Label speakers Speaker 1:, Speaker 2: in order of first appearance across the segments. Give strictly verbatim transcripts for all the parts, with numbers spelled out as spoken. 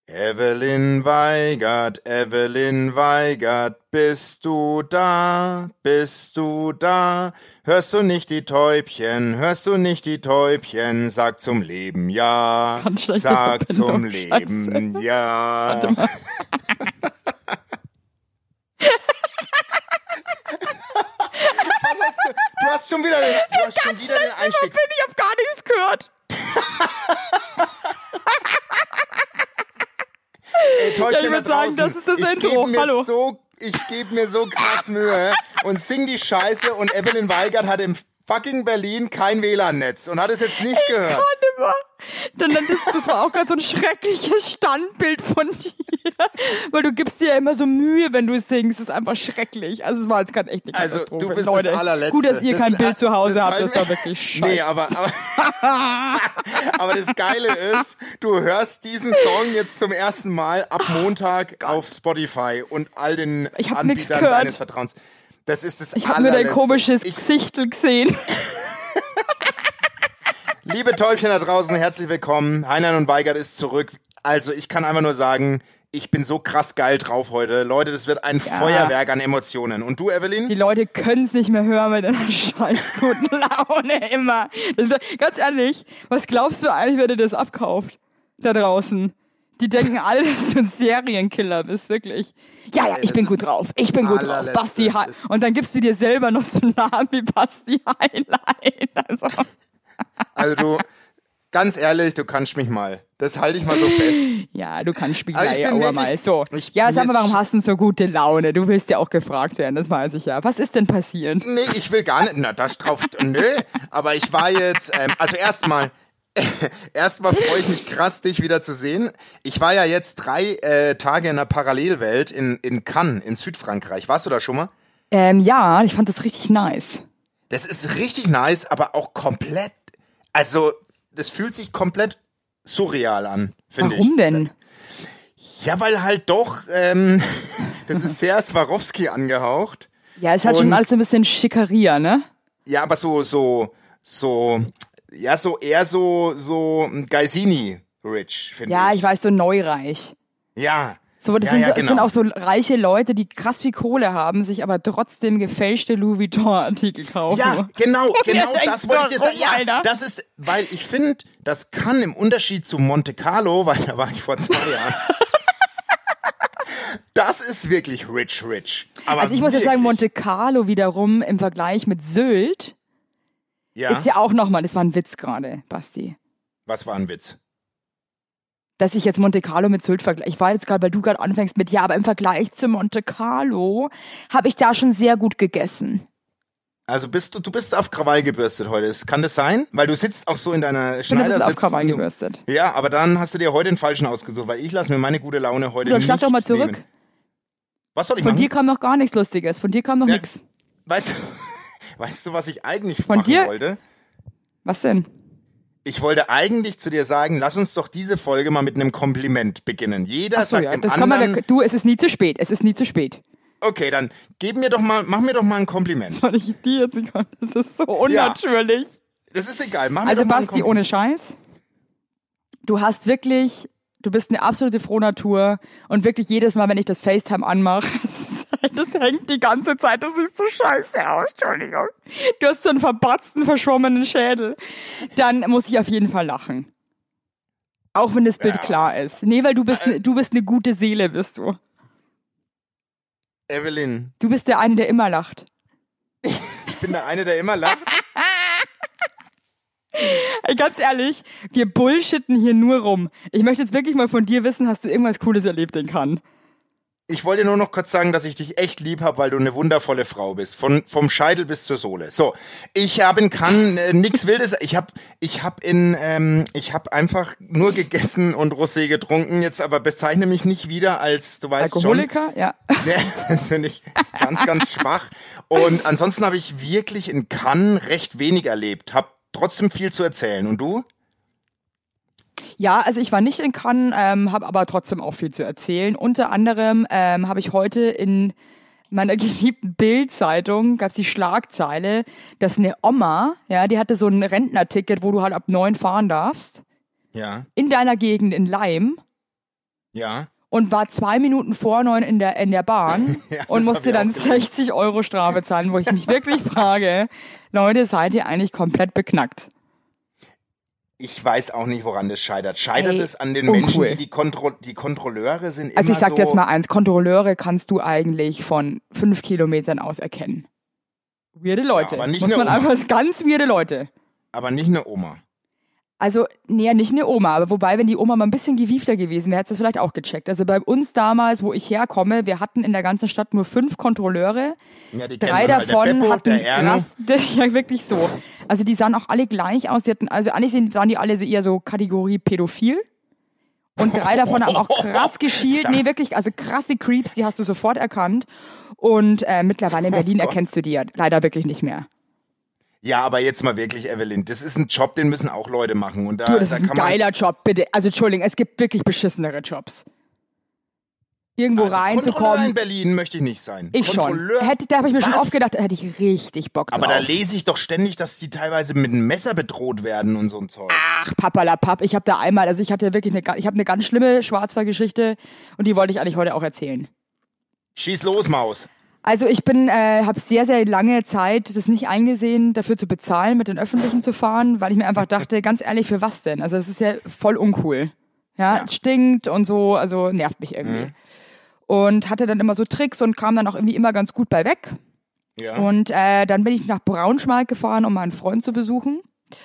Speaker 1: Evelyn Weigert, Evelyn Weigert, bist du da, bist du da? Hörst du nicht die Täubchen, hörst du nicht die Täubchen? Sag zum Leben ja,
Speaker 2: Ganz schlechte
Speaker 1: sag zum
Speaker 2: Verbindung.
Speaker 1: Leben
Speaker 2: Scheiße.
Speaker 1: ja.
Speaker 2: Warte mal.
Speaker 1: Was hast du? Du hast schon wieder den, du hast schon wieder den Einstieg.
Speaker 2: Bin ich hab gar nichts gehört.
Speaker 1: Ey, Täubchen
Speaker 2: Ja, ich
Speaker 1: da
Speaker 2: würd sagen,
Speaker 1: draußen,
Speaker 2: das ist das
Speaker 1: ich
Speaker 2: Intro.
Speaker 1: Geb mir
Speaker 2: Hallo.
Speaker 1: So, ich gebe mir so krass Mühe und sing die Scheiße und Evelyn Weigert hat im fucking Berlin kein W L A N-Netz und hat es jetzt nicht gehört.
Speaker 2: Kann immer. Dann, dann das, das war auch gerade so ein schreckliches Standbild von dir. Weil du gibst dir ja immer so Mühe, wenn du singst. Das ist einfach schrecklich. Also es war jetzt gerade echt eine
Speaker 1: Also
Speaker 2: Katastrophe.
Speaker 1: du bist
Speaker 2: Leute,
Speaker 1: das allerletzte.
Speaker 2: gut, dass ihr
Speaker 1: Das-
Speaker 2: kein Bild zu Hause
Speaker 1: das
Speaker 2: habt.
Speaker 1: halt-
Speaker 2: Das war wirklich scheiße.
Speaker 1: Nee, aber, aber, aber das Geile ist, du hörst diesen Song jetzt zum ersten Mal ab Montag auf Spotify und all den
Speaker 2: Ich hab nix
Speaker 1: Anbietern
Speaker 2: gehört.
Speaker 1: deines Vertrauens. Das ist das
Speaker 2: Ich habe nur dein
Speaker 1: allerletzte.
Speaker 2: komisches
Speaker 1: Ich,
Speaker 2: Gesichtel gesehen.
Speaker 1: Liebe Täubchen da draußen, herzlich willkommen. Heinlein und Weigert ist zurück. Also ich kann einfach nur sagen, ich bin so krass geil drauf heute. Leute, das wird ein
Speaker 2: Ja.
Speaker 1: Feuerwerk an Emotionen. Und du, Evelyn?
Speaker 2: Die Leute können es nicht mehr hören mit deiner scheiß guten Laune immer. Das ist, ganz ehrlich, was glaubst du eigentlich, wer dir das abkauft? Da draußen. Die denken alle, dass du ein Serienkiller bist, wirklich. Ja, ja, ich
Speaker 1: Das
Speaker 2: bin
Speaker 1: ist
Speaker 2: gut
Speaker 1: das
Speaker 2: drauf. Ich bin gut drauf.
Speaker 1: allerletzte.
Speaker 2: Basti Hi-
Speaker 1: Das-
Speaker 2: Und dann gibst du dir selber noch so einen Namen wie Basti Highlight. Also,
Speaker 1: Also du, ganz ehrlich, du kannst mich mal. Das halte ich mal so fest.
Speaker 2: ja, du kannst spielen,
Speaker 1: Also ich
Speaker 2: ja,
Speaker 1: bin
Speaker 2: aber
Speaker 1: wirklich-
Speaker 2: mal so.
Speaker 1: ich
Speaker 2: Ja,
Speaker 1: bin
Speaker 2: sag mal,
Speaker 1: jetzt
Speaker 2: warum
Speaker 1: sch-
Speaker 2: hast du denn so gute Laune? Du willst ja auch gefragt werden, das weiß ich ja. Was ist denn passiert?
Speaker 1: Nee, ich will gar nicht. Na, das drauf. Nö. Aber ich war jetzt, ähm, also erstmal, erstmal freue ich mich krass, dich wieder zu sehen. Ich war ja jetzt drei äh, Tage in einer Parallelwelt in, in Cannes, in Südfrankreich. Warst du da schon mal?
Speaker 2: Ähm, ja, ich fand das richtig nice.
Speaker 1: Das ist richtig nice, aber auch komplett, also, das fühlt sich komplett surreal an, finde ich.
Speaker 2: Warum denn?
Speaker 1: Ja, weil halt doch, ähm, das ist sehr Swarovski angehaucht.
Speaker 2: Ja, es hat schon
Speaker 1: Und-
Speaker 2: alles so ein bisschen Schickeria, ne?
Speaker 1: Ja, aber so, so, so, ja, so eher so, so Geisini-rich, finde ich.
Speaker 2: Ja, ich weiß, so neureich.
Speaker 1: Ja.
Speaker 2: So, das,
Speaker 1: ja,
Speaker 2: sind,
Speaker 1: ja,
Speaker 2: so, das
Speaker 1: genau.
Speaker 2: sind auch so reiche Leute, die krass viel Kohle haben, sich aber trotzdem gefälschte Louis Vuitton-Artikel kaufen.
Speaker 1: Ja, genau, genau,
Speaker 2: denkst
Speaker 1: das wollte ich dir
Speaker 2: du,
Speaker 1: sagen. Ja,
Speaker 2: Alter?
Speaker 1: das ist, weil ich finde, das kann im Unterschied zu Monte Carlo, weil da war ich vor zwei Jahren. Das ist wirklich rich, rich. Aber
Speaker 2: Also ich muss
Speaker 1: wirklich.
Speaker 2: jetzt sagen, Monte Carlo wiederum im Vergleich mit Sylt
Speaker 1: Ja,
Speaker 2: ist ja auch nochmal, das war ein Witz gerade, Basti.
Speaker 1: was war ein Witz?
Speaker 2: Dass ich jetzt Monte Carlo mit Sylt vergleiche. Ich war jetzt gerade, weil du gerade anfängst mit, ja, aber im Vergleich zu Monte Carlo habe ich da schon sehr gut gegessen.
Speaker 1: Also bist du, du bist auf Krawall gebürstet heute. Kann das sein? Weil du sitzt auch so in deiner
Speaker 2: Ich bin ein bisschen auf
Speaker 1: Schneidersitz.
Speaker 2: Krawall gebürstet.
Speaker 1: Ja, aber dann hast du dir heute den falschen ausgesucht, weil ich lasse mir meine gute Laune heute
Speaker 2: Oder
Speaker 1: nicht
Speaker 2: schlag doch mal zurück.
Speaker 1: nehmen. Was soll ich
Speaker 2: Von
Speaker 1: machen?
Speaker 2: dir kam noch gar nichts Lustiges. Von dir kam noch
Speaker 1: Ja.
Speaker 2: nichts.
Speaker 1: Weißt du, weißt du, was ich eigentlich
Speaker 2: Von
Speaker 1: machen
Speaker 2: dir?
Speaker 1: wollte?
Speaker 2: Was denn?
Speaker 1: Ich wollte eigentlich zu dir sagen, lass uns doch diese Folge mal mit einem Kompliment beginnen. Jeder
Speaker 2: Ach so,
Speaker 1: sagt
Speaker 2: ja,
Speaker 1: dem
Speaker 2: das kann man,
Speaker 1: anderen,
Speaker 2: da- du, es ist nie zu spät. Es ist nie zu spät.
Speaker 1: okay, dann gib mir doch mal, mach mir doch mal ein Kompliment.
Speaker 2: Soll ich dir jetzt nicht? Das ist so unnatürlich.
Speaker 1: Das ist egal, mach mir
Speaker 2: Also
Speaker 1: doch mal ein
Speaker 2: Basti,
Speaker 1: Kompliment.
Speaker 2: ohne Scheiß, du hast wirklich, du bist eine absolute Frohnatur und wirklich jedes Mal, wenn ich das FaceTime anmache, das hängt die ganze Zeit, das sieht so scheiße aus, Entschuldigung. Du hast so einen verbatzten, verschwommenen Schädel. Dann muss ich auf jeden Fall lachen. Auch wenn das Bild
Speaker 1: Ja.
Speaker 2: klar ist. Nee, weil du bist, ne- du bist eine gute Seele, bist du.
Speaker 1: Evelyn,
Speaker 2: Du bist der eine, der immer lacht.
Speaker 1: ich bin der eine, der immer lacht.
Speaker 2: Ey, ganz ehrlich, wir bullshitten hier nur rum. Ich möchte jetzt wirklich mal von dir wissen, hast du irgendwas Cooles erlebt in Cannes?
Speaker 1: Ich wollte nur noch kurz sagen, dass ich dich echt lieb habe, weil du eine wundervolle Frau bist. Von, vom Scheitel bis zur Sohle. So, ich habe in Cannes äh, nichts Wildes. Ich habe ich hab in, ähm, ich habe einfach nur gegessen und Rosé getrunken. Jetzt aber bezeichne mich nicht wieder als, du weißt
Speaker 2: Alkoholiker? Ja.
Speaker 1: schon. Nee, das finde ich ganz, ganz schwach. Und ansonsten habe ich wirklich in Cannes recht wenig erlebt. Hab trotzdem viel zu erzählen. Und du?
Speaker 2: Ja, also ich war nicht in Cannes, ähm, habe aber trotzdem auch viel zu erzählen. Unter anderem ähm, habe ich heute in meiner geliebten Bild-Zeitung gab es die Schlagzeile, dass eine Oma, ja, die hatte so ein Rentnerticket, wo du halt ab neun fahren darfst,
Speaker 1: Ja.
Speaker 2: in deiner Gegend in Leim,
Speaker 1: Ja.
Speaker 2: Und war zwei Minuten vor neun in der, in der Bahn
Speaker 1: Ja,
Speaker 2: und
Speaker 1: das
Speaker 2: musste
Speaker 1: hab
Speaker 2: dann
Speaker 1: ich auch gesehen.
Speaker 2: sechzig Euro Strafe zahlen, wo ich mich wirklich frage, Leute, seid ihr eigentlich komplett beknackt?
Speaker 1: Ich weiß auch nicht, woran das scheitert. Scheitert
Speaker 2: Ey,
Speaker 1: es an den
Speaker 2: uncool.
Speaker 1: Menschen, die die, Kontro die Kontrolleure sind immer
Speaker 2: Also ich sag
Speaker 1: so...
Speaker 2: dir jetzt mal eins, Kontrolleure kannst du eigentlich von fünf Kilometern aus erkennen. Weirde Leute.
Speaker 1: aber nicht
Speaker 2: Muss
Speaker 1: eine
Speaker 2: man
Speaker 1: Oma.
Speaker 2: einfach, ganz weirde Leute.
Speaker 1: Aber nicht eine Oma.
Speaker 2: Also, nee, nicht eine Oma, aber wobei, wenn die Oma mal ein bisschen gewiefter gewesen wäre, hätte sie das vielleicht auch gecheckt. Also bei uns damals, wo ich herkomme, wir hatten in der ganzen Stadt nur fünf Kontrolleure.
Speaker 1: Ja, die
Speaker 2: Drei
Speaker 1: kennt man halt.
Speaker 2: davon
Speaker 1: Der Beppo,
Speaker 2: hatten
Speaker 1: der Erno.
Speaker 2: krass, das, ja wirklich so. Also die sahen auch alle gleich aus. Die hatten, also eigentlich sind- sahen die alle so eher so Kategorie pädophil. Und drei davon haben auch krass geschielt. Nee, wirklich, also krasse Creeps, die hast du sofort erkannt. Und äh, mittlerweile in Berlin
Speaker 1: Gott.
Speaker 2: erkennst du die ja leider wirklich nicht mehr.
Speaker 1: Ja, aber jetzt mal wirklich, Evelyn, das ist ein Job, den müssen auch Leute machen. Und da,
Speaker 2: Du, das
Speaker 1: da
Speaker 2: ist ein
Speaker 1: kann man,
Speaker 2: geiler Job, bitte. Also Entschuldigung, es gibt wirklich beschissenere Jobs. Irgendwo
Speaker 1: also Kontrolleur in
Speaker 2: reinzukommen.
Speaker 1: Berlin möchte ich nicht sein.
Speaker 2: Ich schon.
Speaker 1: Kontrolleur,
Speaker 2: Hätte, da habe ich mir schon
Speaker 1: was?
Speaker 2: oft gedacht, da hätte ich richtig Bock drauf.
Speaker 1: Aber da lese ich doch ständig, dass die teilweise mit einem Messer bedroht werden und so ein Zeug.
Speaker 2: Ach, papalapap. Ich habe da einmal, also ich hatte wirklich eine, ga- ich habe eine ganz schlimme Schwarzwaldgeschichte und die wollte ich eigentlich heute auch erzählen.
Speaker 1: Schieß los, Maus.
Speaker 2: Also ich bin, äh, habe sehr, sehr lange Zeit das nicht eingesehen, dafür zu bezahlen, mit den Öffentlichen zu fahren, weil ich mir einfach dachte, ganz ehrlich, für was denn? Also es ist ja voll uncool. Ja,
Speaker 1: Ja.
Speaker 2: es stinkt und so, also nervt mich irgendwie.
Speaker 1: Mhm.
Speaker 2: Und hatte dann immer so Tricks und kam dann auch irgendwie immer ganz gut bei weg.
Speaker 1: Ja.
Speaker 2: Und äh, dann bin ich nach Braunschweig gefahren, um meinen Freund zu besuchen.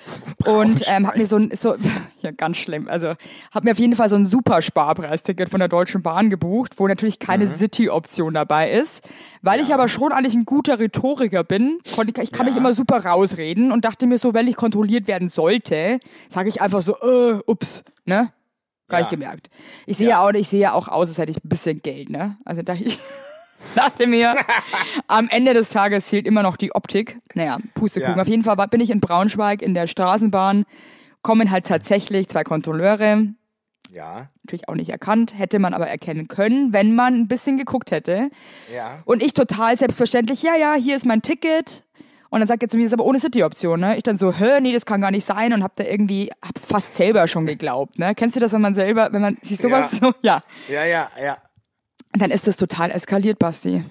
Speaker 2: Und ähm, hab mir so ein, so, ja ganz schlimm, also hab mir auf jeden Fall so ein super Sparpreisticket von der Deutschen Bahn gebucht, wo natürlich keine
Speaker 1: Mhm.
Speaker 2: City-Option dabei ist. Weil ich
Speaker 1: Ja.
Speaker 2: aber schon eigentlich ein guter Rhetoriker bin, konnte ich, ich kann
Speaker 1: Ja.
Speaker 2: mich immer super rausreden und dachte mir so, wenn ich kontrolliert werden sollte, sage ich einfach so, äh, ups, ne? Gar
Speaker 1: Ja.
Speaker 2: nicht gemerkt. Ich sehe
Speaker 1: Ja.
Speaker 2: ja auch, ich sehe ja auch aus, als hätte ich ein bisschen Geld, ne? Also dachte ich, dachte mir, am Ende des Tages zählt immer noch die Optik. Naja, Pustekuchen.
Speaker 1: Ja.
Speaker 2: Auf jeden Fall war, bin ich in Braunschweig in der Straßenbahn, kommen halt tatsächlich zwei Kontrolleure,
Speaker 1: Ja.
Speaker 2: natürlich auch nicht erkannt, hätte man aber erkennen können, wenn man ein bisschen geguckt hätte.
Speaker 1: Ja.
Speaker 2: Und ich total selbstverständlich, ja, ja, hier ist mein Ticket. Und dann sagt er zu mir, das ist aber ohne City-Option, ne? Ich dann so, hä, nee, das kann gar nicht sein und hab da irgendwie, hab's fast selber schon geglaubt, ne? Kennst du das, wenn man selber, wenn man sich sowas
Speaker 1: Ja.
Speaker 2: so, ja.
Speaker 1: Ja, ja, ja.
Speaker 2: Und dann ist das total eskaliert, Basti.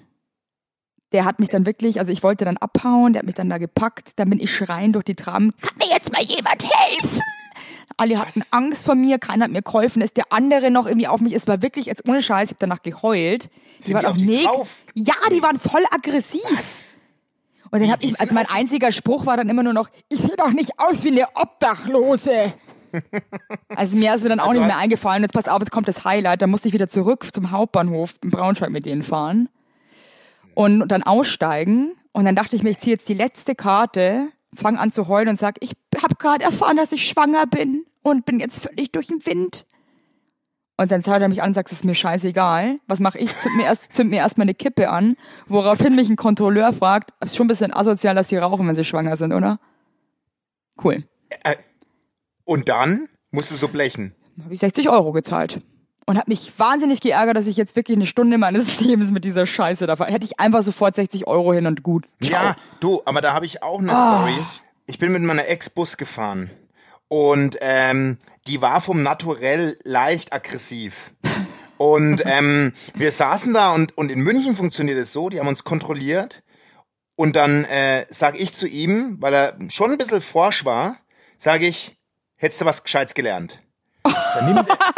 Speaker 2: Der hat mich dann wirklich, also ich wollte dann abhauen, der hat mich dann da gepackt, dann bin ich schreiend durch die Tram. Kann mir jetzt mal jemand helfen? Alle hatten
Speaker 1: Was?
Speaker 2: Angst vor mir, keiner hat mir geholfen, ist der andere noch irgendwie auf mich, es war wirklich, jetzt ohne Scheiß, ich hab danach geheult.
Speaker 1: Sind die auf dich
Speaker 2: neg-
Speaker 1: drauf?
Speaker 2: Ja, die waren voll aggressiv.
Speaker 1: Was?
Speaker 2: Und dann
Speaker 1: Wie,
Speaker 2: hab
Speaker 1: die
Speaker 2: ich,
Speaker 1: sind
Speaker 2: also mein
Speaker 1: auf dich-
Speaker 2: einziger Spruch war dann immer nur noch, ich sehe doch nicht aus wie eine Obdachlose. Also mir ist mir dann auch
Speaker 1: Also
Speaker 2: nicht mehr
Speaker 1: hast-
Speaker 2: eingefallen. Jetzt pass auf, jetzt kommt das Highlight. Da musste ich wieder zurück zum Hauptbahnhof in Braunschweig mit denen fahren und dann aussteigen. Und dann dachte ich mir, ich ziehe jetzt die letzte Karte, fange an zu heulen und sag, ich habe gerade erfahren, dass ich schwanger bin und bin jetzt völlig durch den Wind. Und dann schaut er mich an und sagt, es ist mir scheißegal. Was mache ich? Zünd mir erst, zünd mir erst mal eine Kippe an, woraufhin mich ein Kontrolleur fragt, ist schon ein bisschen asozial, dass sie rauchen, wenn sie schwanger sind, oder? Cool.
Speaker 1: Äh, und dann musst du so blechen.
Speaker 2: Habe ich sechzig Euro gezahlt. Und habe mich wahnsinnig geärgert, dass ich jetzt wirklich eine Stunde meines Lebens mit dieser Scheiße da fahre. Hätte ich einfach sofort sechzig Euro hin und gut. Ciao.
Speaker 1: Ja, du, aber da habe ich auch eine
Speaker 2: Ah.
Speaker 1: Story. Ich bin mit meiner Ex Bus gefahren und ähm, die war vom Naturell leicht aggressiv. Und ähm, wir saßen da und, und in München funktioniert es so, die haben uns kontrolliert und dann äh, sag ich zu ihm, weil er schon ein bisschen forsch war, sage ich, hättest du was Gescheites gelernt? Dann nimmt er,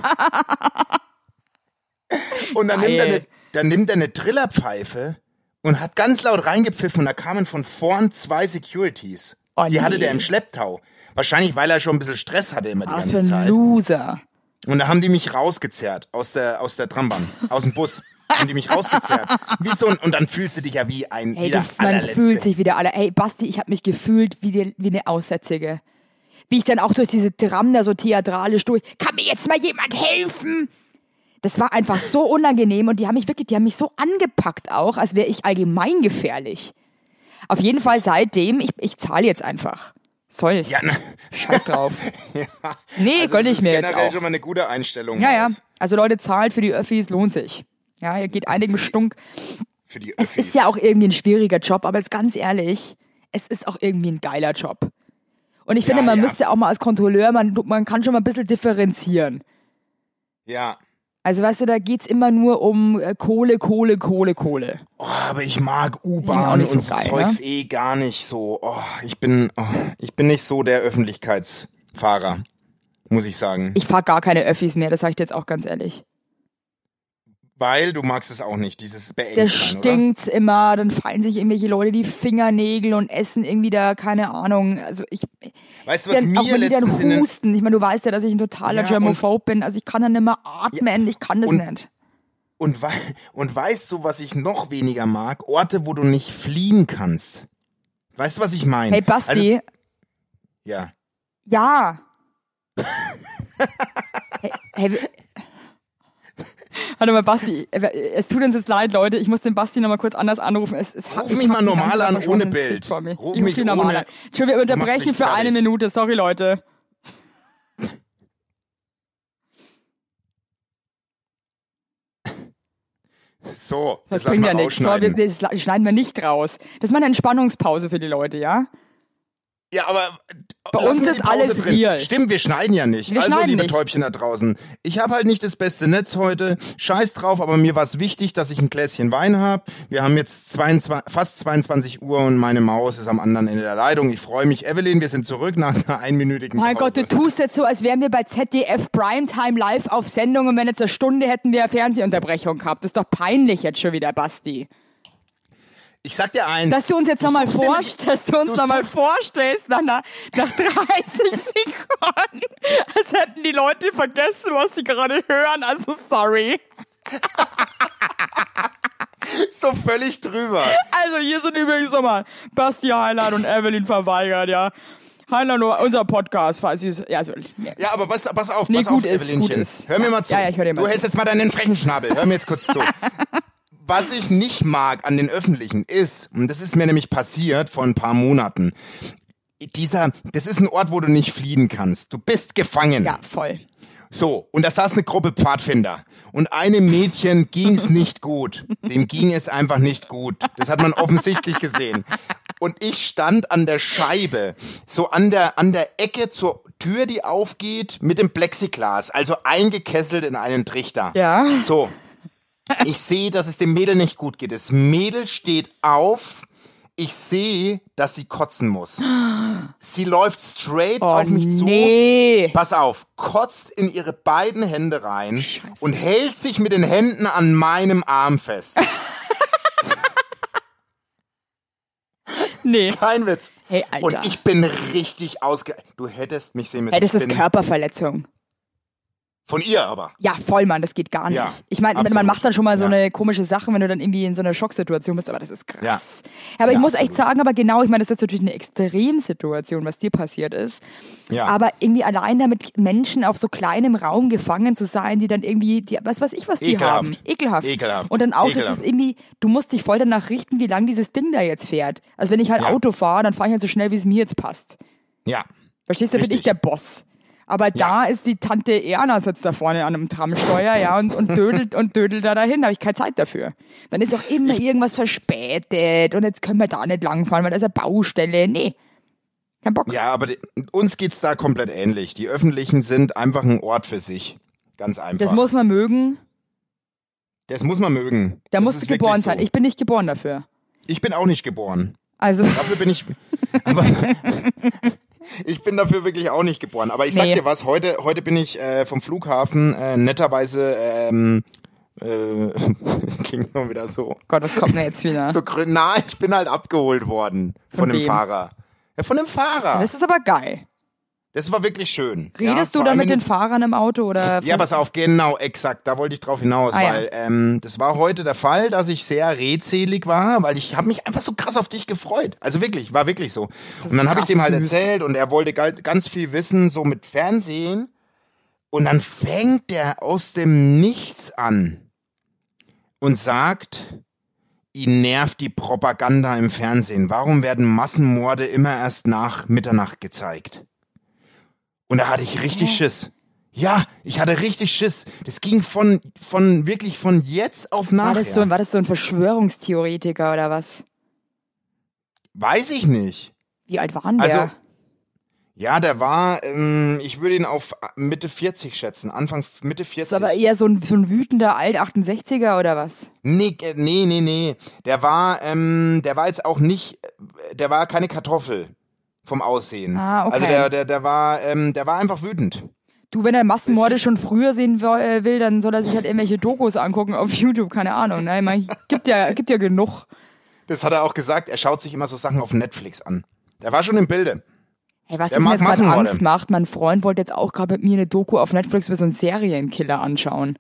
Speaker 1: und dann nimmt, er
Speaker 2: Geil.
Speaker 1: eine, dann nimmt er eine Trillerpfeife und hat ganz laut reingepfiffen und da kamen von vorn zwei Securities.
Speaker 2: Oh,
Speaker 1: die hatte
Speaker 2: nee.
Speaker 1: der im Schlepptau. Wahrscheinlich, weil er schon ein bisschen Stress hatte immer die
Speaker 2: Was für
Speaker 1: ganze
Speaker 2: ein
Speaker 1: Zeit.
Speaker 2: Loser.
Speaker 1: Und da haben die mich rausgezerrt aus der, aus der Trambahn, aus dem Bus. Haben die mich rausgezerrt. Wie so ein, und dann fühlst du dich ja wie ein
Speaker 2: Hey,
Speaker 1: wie der
Speaker 2: du, man
Speaker 1: allerletzte.
Speaker 2: fühlt sich wieder alle. Ey, Basti, ich habe mich gefühlt wie, die, wie eine Aussätzige. Wie ich dann auch durch diese Tram da so theatralisch durch. Kann mir jetzt mal jemand helfen? Das war einfach so unangenehm und die haben mich wirklich, die haben mich so angepackt auch, als wäre ich allgemein gefährlich. Auf jeden Fall seitdem, ich, ich zahle jetzt einfach. Soll's.
Speaker 1: Ja, na,
Speaker 2: Scheiß drauf.
Speaker 1: ja.
Speaker 2: Nee,
Speaker 1: also
Speaker 2: gönn
Speaker 1: das
Speaker 2: ich
Speaker 1: ist
Speaker 2: mir jetzt
Speaker 1: generell
Speaker 2: auch.
Speaker 1: schon mal eine gute Einstellung.
Speaker 2: Ja, ja.
Speaker 1: Maus.
Speaker 2: Also Leute, zahlt für die Öffis, lohnt sich. Ja, ihr geht einigem Stunk.
Speaker 1: Für die
Speaker 2: Es
Speaker 1: Öffis.
Speaker 2: ist ja auch irgendwie ein schwieriger Job, aber jetzt ganz ehrlich, es ist auch irgendwie ein geiler Job. Und ich finde,
Speaker 1: Ja,
Speaker 2: man
Speaker 1: ja.
Speaker 2: müsste auch mal als Kontrolleur, man, man kann schon mal ein bisschen differenzieren.
Speaker 1: Ja.
Speaker 2: Also weißt du, da geht's immer nur um äh, Kohle, Kohle, Kohle, Kohle.
Speaker 1: Oh, aber ich mag
Speaker 2: Bin auch
Speaker 1: U-Bahn
Speaker 2: nicht so
Speaker 1: und so
Speaker 2: geil,
Speaker 1: Zeugs
Speaker 2: ne?
Speaker 1: eh gar nicht so. Oh, ich bin, oh, ich bin nicht so der Öffentlichkeitsfahrer, muss ich sagen.
Speaker 2: Ich fahr gar keine Öffis mehr, das sag ich dir jetzt auch ganz ehrlich.
Speaker 1: Weil du magst es auch nicht, dieses
Speaker 2: Da
Speaker 1: Beengtsein, oder?
Speaker 2: stinkt's immer, dann fallen sich irgendwelche Leute die Fingernägel und essen irgendwie da, keine Ahnung. Also ich,
Speaker 1: Weißt du, was
Speaker 2: dann, auch
Speaker 1: mir
Speaker 2: wenn die dann
Speaker 1: letztens in den,
Speaker 2: husten. Ich meine, du weißt ja, dass ich ein totaler
Speaker 1: Ja,
Speaker 2: Germophob bin. Also ich kann dann nicht mehr atmen, ich kann das
Speaker 1: und-
Speaker 2: nicht.
Speaker 1: und, wei und weißt du, was ich noch weniger mag? Orte, wo du nicht fliehen kannst. Weißt du, was ich meine?
Speaker 2: Hey Basti,
Speaker 1: Also, ja.
Speaker 2: ja. hey, hey, Warte mal, Basti, es tut uns jetzt leid, Leute. Ich muss den Basti nochmal kurz anders anrufen. Es, es hat,
Speaker 1: Ruf
Speaker 2: ich
Speaker 1: mich
Speaker 2: hab
Speaker 1: mal
Speaker 2: die ganze
Speaker 1: normal
Speaker 2: Zeit
Speaker 1: an,
Speaker 2: verschwommenes
Speaker 1: ohne
Speaker 2: Gesicht
Speaker 1: Bild.
Speaker 2: vor mir.
Speaker 1: Ruf
Speaker 2: ich
Speaker 1: mich
Speaker 2: ruf ihn normal
Speaker 1: ohne-
Speaker 2: an. Entschuldigung, wir
Speaker 1: Du machst
Speaker 2: unterbrechen
Speaker 1: mich
Speaker 2: für eine
Speaker 1: fertig.
Speaker 2: Minute. Sorry, Leute.
Speaker 1: So,
Speaker 2: Das
Speaker 1: das lass
Speaker 2: bringt
Speaker 1: mal
Speaker 2: ja nichts. So, wir,
Speaker 1: rausschneiden.
Speaker 2: das la- schneiden wir nicht raus. Das ist mal eine Entspannungspause für die Leute, ja?
Speaker 1: Ja, aber
Speaker 2: Bei
Speaker 1: lassen
Speaker 2: uns
Speaker 1: wir
Speaker 2: ist
Speaker 1: die Pause
Speaker 2: alles
Speaker 1: drin.
Speaker 2: real.
Speaker 1: Stimmt, wir schneiden ja nicht.
Speaker 2: Wir
Speaker 1: also,
Speaker 2: schneiden
Speaker 1: liebe
Speaker 2: nicht.
Speaker 1: Täubchen da draußen, ich habe halt nicht das beste Netz heute. Scheiß drauf, aber mir war es wichtig, dass ich ein Gläschen Wein habe. Wir haben jetzt zweiundzwanzig, fast zweiundzwanzig Uhr und meine Maus ist am anderen Ende der Leitung. Ich freue mich. Evelyn, wir sind zurück nach einer einminütigen
Speaker 2: Mein
Speaker 1: Pause.
Speaker 2: Gott, du tust jetzt so, als wären wir bei Z D F Primetime live auf Sendung und wenn jetzt eine Stunde hätten wir eine Fernsehunterbrechung gehabt. Das ist doch peinlich jetzt schon wieder, Basti.
Speaker 1: Ich sag dir eins.
Speaker 2: Dass du uns jetzt nochmal
Speaker 1: suchst den-
Speaker 2: vorstellst, dass du uns
Speaker 1: du
Speaker 2: nochmal
Speaker 1: suchst-
Speaker 2: vorstellst nach, nach, nach dreißig Sekunden, als hätten die Leute vergessen, was sie gerade hören. Also sorry.
Speaker 1: so völlig drüber.
Speaker 2: Also hier sind übrigens nochmal Basti Heiland und Evelyn verweigert, ja. Heiland, unser Podcast, falls Sie es... Ja, also, nee.
Speaker 1: Ja, aber pass, pass auf,
Speaker 2: Nee,
Speaker 1: pass
Speaker 2: gut
Speaker 1: auf,
Speaker 2: ist,
Speaker 1: Evelynchen.
Speaker 2: gut ist.
Speaker 1: Hör mir
Speaker 2: Ja.
Speaker 1: mal zu.
Speaker 2: Ja, ja, ich hör dir mal
Speaker 1: du
Speaker 2: zu.
Speaker 1: hältst jetzt mal deinen frechen Schnabel. Hör mir jetzt kurz zu. Was ich nicht mag an den Öffentlichen ist, und das ist mir nämlich passiert vor ein paar Monaten, dieser, das ist ein Ort, wo du nicht fliehen kannst. Du bist gefangen.
Speaker 2: Ja, voll.
Speaker 1: So, und da saß eine Gruppe Pfadfinder. Und einem Mädchen ging's nicht gut. Dem ging es einfach nicht gut. Das hat man offensichtlich gesehen. Und ich stand an der Scheibe, so an der, an der Ecke zur Tür, die aufgeht, mit dem Plexiglas, also eingekesselt in einen Trichter.
Speaker 2: Ja.
Speaker 1: So. Ich sehe, dass es dem Mädel nicht gut geht. Das Mädel steht auf. Ich sehe, dass sie kotzen muss. Sie läuft straight
Speaker 2: Oh,
Speaker 1: auf mich zu.
Speaker 2: nee.
Speaker 1: Pass auf, kotzt in ihre beiden Hände rein
Speaker 2: Scheiße.
Speaker 1: und hält sich mit den Händen an meinem Arm fest.
Speaker 2: Nee.
Speaker 1: Kein Witz.
Speaker 2: Hey, Alter.
Speaker 1: Und ich bin richtig ausge... Du hättest mich sehen müssen.
Speaker 2: Hey, das
Speaker 1: Ich
Speaker 2: ist
Speaker 1: bin
Speaker 2: Körperverletzung.
Speaker 1: von ihr aber.
Speaker 2: Ja, voll, Mann, das geht gar nicht.
Speaker 1: Ja,
Speaker 2: ich meine, man
Speaker 1: absolut.
Speaker 2: macht dann schon mal so
Speaker 1: Ja.
Speaker 2: eine komische Sache, wenn du dann irgendwie in so einer Schocksituation bist, aber das ist krass.
Speaker 1: Ja.
Speaker 2: Ja, aber ich
Speaker 1: Ja,
Speaker 2: muss
Speaker 1: absolut.
Speaker 2: echt sagen, aber genau, ich meine, das ist jetzt natürlich eine Extremsituation, was dir passiert ist.
Speaker 1: Ja.
Speaker 2: Aber irgendwie allein damit Menschen auf so kleinem Raum gefangen zu sein, die dann irgendwie, die, was weiß ich, was die
Speaker 1: Ekelhaft.
Speaker 2: haben. Ekelhaft.
Speaker 1: Ekelhaft.
Speaker 2: Und dann auch, das
Speaker 1: Ekelhaft.
Speaker 2: ist irgendwie, du musst dich voll danach richten, wie lang dieses Ding da jetzt fährt. Also wenn ich halt
Speaker 1: Ja.
Speaker 2: Auto fahre, dann fahre ich halt so schnell, wie es mir jetzt passt.
Speaker 1: Ja.
Speaker 2: Verstehst du, da bin ich
Speaker 1: Richtig.
Speaker 2: der Boss. Aber da ist die Tante Erna sitzt da vorne an einem Tramsteuer, ja, und, und dödelt und dödelt da dahin, da habe ich keine Zeit dafür. Dann ist auch immer irgendwas verspätet und jetzt können wir da nicht langfahren, weil da ist eine Baustelle. Nee, kein Bock.
Speaker 1: Ja, aber die, uns geht's da komplett ähnlich. Die Öffentlichen sind einfach ein Ort für sich. Ganz einfach.
Speaker 2: Das muss man mögen,
Speaker 1: das muss man mögen.
Speaker 2: da
Speaker 1: Das
Speaker 2: musst
Speaker 1: ist
Speaker 2: du geboren
Speaker 1: wirklich
Speaker 2: sein.
Speaker 1: so.
Speaker 2: Ich bin nicht geboren dafür.
Speaker 1: Ich bin auch nicht geboren.
Speaker 2: Also,
Speaker 1: Dafür bin ich. Aber ich bin dafür wirklich auch nicht geboren. Aber ich sag
Speaker 2: Nee.
Speaker 1: dir was, heute, heute bin ich äh, vom Flughafen äh, netterweise, ähm, äh, das klingt nur wieder so.
Speaker 2: Gott, was kommt mir jetzt wieder?
Speaker 1: so grün. Na, ich bin halt abgeholt worden von,
Speaker 2: Von
Speaker 1: dem
Speaker 2: wem?
Speaker 1: Fahrer. Ja, von dem Fahrer.
Speaker 2: Das ist aber geil.
Speaker 1: Das war wirklich schön.
Speaker 2: Redest
Speaker 1: ja,
Speaker 2: du
Speaker 1: vor
Speaker 2: da
Speaker 1: allem
Speaker 2: mit den
Speaker 1: ist-
Speaker 2: Fahrern im Auto oder?
Speaker 1: Ja, pass auf, genau, exakt. Da wollte ich drauf hinaus,
Speaker 2: Ah, ja.
Speaker 1: weil ähm, das war heute der Fall, dass ich sehr redselig war, weil ich habe mich einfach so krass auf dich gefreut. Also wirklich, war wirklich so.
Speaker 2: Das
Speaker 1: Und dann
Speaker 2: ist
Speaker 1: habe ich
Speaker 2: krass
Speaker 1: dem halt
Speaker 2: süß.
Speaker 1: erzählt und er wollte gal- ganz viel wissen, so mit Fernsehen. Und dann fängt der aus dem Nichts an und sagt, ihn nervt die Propaganda im Fernsehen. Warum werden Massenmorde immer erst nach Mitternacht gezeigt? Und da hatte ich richtig
Speaker 2: Hä?
Speaker 1: Schiss. Ja, ich hatte richtig Schiss. Das ging von, von wirklich von jetzt auf
Speaker 2: War
Speaker 1: nachher.
Speaker 2: das, so, ein- war das so ein Verschwörungstheoretiker oder was?
Speaker 1: Weiß ich nicht.
Speaker 2: Wie alt war denn der?
Speaker 1: Also, Ja, der war, ähm, ich würde ihn auf Mitte vierzig schätzen, Anfang, Mitte
Speaker 2: Ist
Speaker 1: vierzig.
Speaker 2: aber eher so ein, so ein wütender Alt-achtundsechziger oder was?
Speaker 1: Nee, äh, nee, nee, nee. Der war, ähm, der war jetzt auch nicht, äh, der war keine Kartoffel vom Aussehen.
Speaker 2: Ah, okay.
Speaker 1: Also der, der, der war, ähm, der war einfach wütend.
Speaker 2: Du, wenn er Massenmorde
Speaker 1: Es
Speaker 2: schon früher sehen wo- äh, will, dann soll er sich halt irgendwelche Dokus angucken auf YouTube, keine Ahnung. Ne? Ich mein, gibt ja, gibt ja genug.
Speaker 1: Das hat er auch gesagt, er schaut sich immer so Sachen auf Netflix an. Der war schon im Bilde.
Speaker 2: Hey, was
Speaker 1: Der
Speaker 2: das mir
Speaker 1: mag
Speaker 2: jetzt gerade
Speaker 1: Massenmorde.
Speaker 2: Angst macht, mein Freund wollte jetzt auch gerade mit mir eine Doku auf Netflix über so einen Serienkiller anschauen.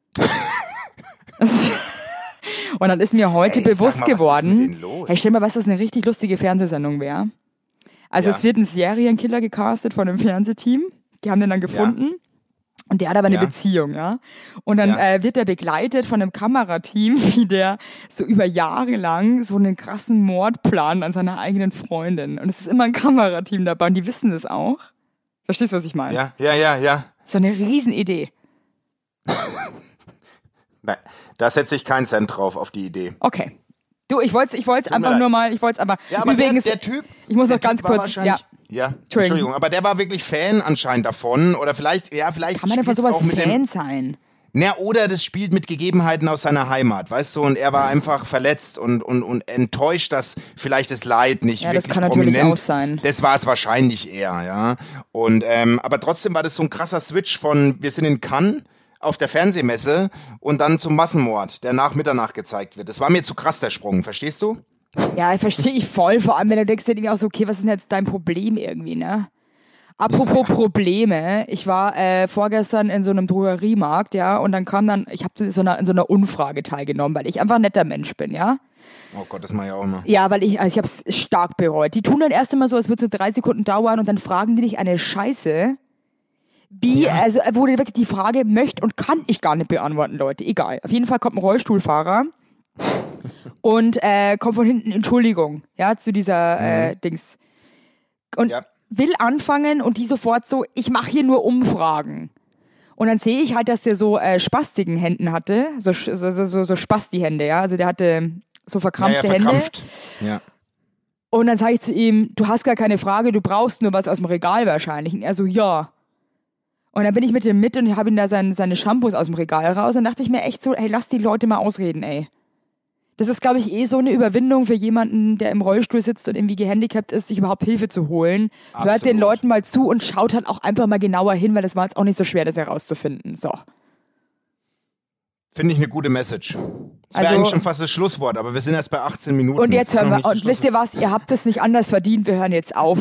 Speaker 2: Und dann ist mir heute
Speaker 1: Ey, sag
Speaker 2: bewusst
Speaker 1: mal, was ist
Speaker 2: geworden,
Speaker 1: mit denen los?
Speaker 2: hey, stell dir mal, was das eine richtig lustige Fernsehsendung wäre. Also
Speaker 1: Ja.
Speaker 2: es wird ein Serienkiller gecastet von einem Fernsehteam, die haben den dann gefunden. Und der hat aber eine
Speaker 1: Ja.
Speaker 2: Beziehung, ja. Und dann
Speaker 1: Ja.
Speaker 2: äh, wird er begleitet von einem Kamerateam, wie der so über Jahre lang so einen krassen Mord plant an seiner eigenen Freundin. Und es ist immer ein Kamerateam dabei und die wissen das auch. Verstehst du, was ich meine?
Speaker 1: Ja, ja, ja, ja.
Speaker 2: So eine Riesenidee.
Speaker 1: Nein, da setze ich keinen Cent drauf auf die Idee.
Speaker 2: Okay. Du, ich wollte es ich wollt's
Speaker 1: mir
Speaker 2: einfach
Speaker 1: leid.
Speaker 2: nur mal, ich wollte es aber,
Speaker 1: Ja, aber
Speaker 2: übrigens,
Speaker 1: der, der Typ.
Speaker 2: ich muss
Speaker 1: der
Speaker 2: noch ganz
Speaker 1: Typ war
Speaker 2: kurz, ja,
Speaker 1: wahrscheinlich- Ja, Entschuldigung, aber der war wirklich Fan anscheinend davon. Oder vielleicht, ja, vielleicht
Speaker 2: kann man denn von
Speaker 1: spielt's
Speaker 2: sowas
Speaker 1: auch mit
Speaker 2: Fan
Speaker 1: dem.
Speaker 2: sein?
Speaker 1: Na, oder das spielt mit Gegebenheiten aus seiner Heimat, weißt du? Und er war einfach verletzt und, und, und enttäuscht, dass vielleicht das Leid nicht
Speaker 2: Ja, das
Speaker 1: wirklich
Speaker 2: kann natürlich
Speaker 1: prominent.
Speaker 2: auch sein.
Speaker 1: Das war es wahrscheinlich eher, ja. Und ähm, aber trotzdem war das so ein krasser Switch von wir sind in Cannes auf der Fernsehmesse und dann zum Massenmord, der nach Mitternacht gezeigt wird. Das war mir zu krass, der Sprung, verstehst du?
Speaker 2: Ja, verstehe ich voll, vor allem wenn du denkst, dir irgendwie auch so, okay, was ist denn jetzt dein Problem irgendwie, ne? Apropos Probleme, ich war äh, vorgestern in so einem Drogeriemarkt, ja, und dann kam dann, ich habe in so einer, in so einer Umfrage teilgenommen, weil ich einfach ein netter Mensch bin, ja.
Speaker 1: Oh Gott, das mache ich auch immer.
Speaker 2: Ja, weil ich, also ich habe es stark bereut. Die tun dann erst einmal so, als würde es so drei Sekunden dauern und dann fragen die dich eine Scheiße, wie,
Speaker 1: Ja.
Speaker 2: also wo dir wirklich die Frage möchte und kann ich gar nicht beantworten, Leute, egal. Auf jeden Fall kommt ein Rollstuhlfahrer und äh, kommt von hinten, Entschuldigung, ja, zu dieser äh, Dings. Und
Speaker 1: Ja.
Speaker 2: will anfangen und die sofort so, ich mache hier nur Umfragen. Und dann sehe ich halt, dass der so äh, spastigen Händen hatte, so, so, so, so, so Spasti-Hände, ja, also der hatte so
Speaker 1: Ja, ja,
Speaker 2: verkrampfte Hände.
Speaker 1: verkrampft. Ja.
Speaker 2: Und dann sage ich zu ihm, du hast gar keine Frage, du brauchst nur was aus dem Regal wahrscheinlich. Und er so, ja. Und dann bin ich mit ihm mit und habe ihm da sein, seine Shampoos aus dem Regal raus. Und dann dachte ich mir echt so, hey, lass die Leute mal ausreden, ey. Das ist, glaube ich, eh so eine Überwindung für jemanden, der im Rollstuhl sitzt und irgendwie gehandicapt ist, sich überhaupt Hilfe zu holen. Hört
Speaker 1: Absolut.
Speaker 2: den Leuten mal zu und schaut halt auch einfach mal genauer hin, weil das war jetzt auch nicht so schwer, das herauszufinden. So.
Speaker 1: Finde ich eine gute Message. Das wäre
Speaker 2: Also-
Speaker 1: eigentlich schon fast das Schlusswort, aber wir sind erst bei achtzehn Minuten.
Speaker 2: Und jetzt
Speaker 1: Das
Speaker 2: hören
Speaker 1: kann
Speaker 2: wir,
Speaker 1: doch nicht
Speaker 2: und
Speaker 1: das
Speaker 2: wisst ihr was, ihr habt es nicht anders verdient, wir hören jetzt auf.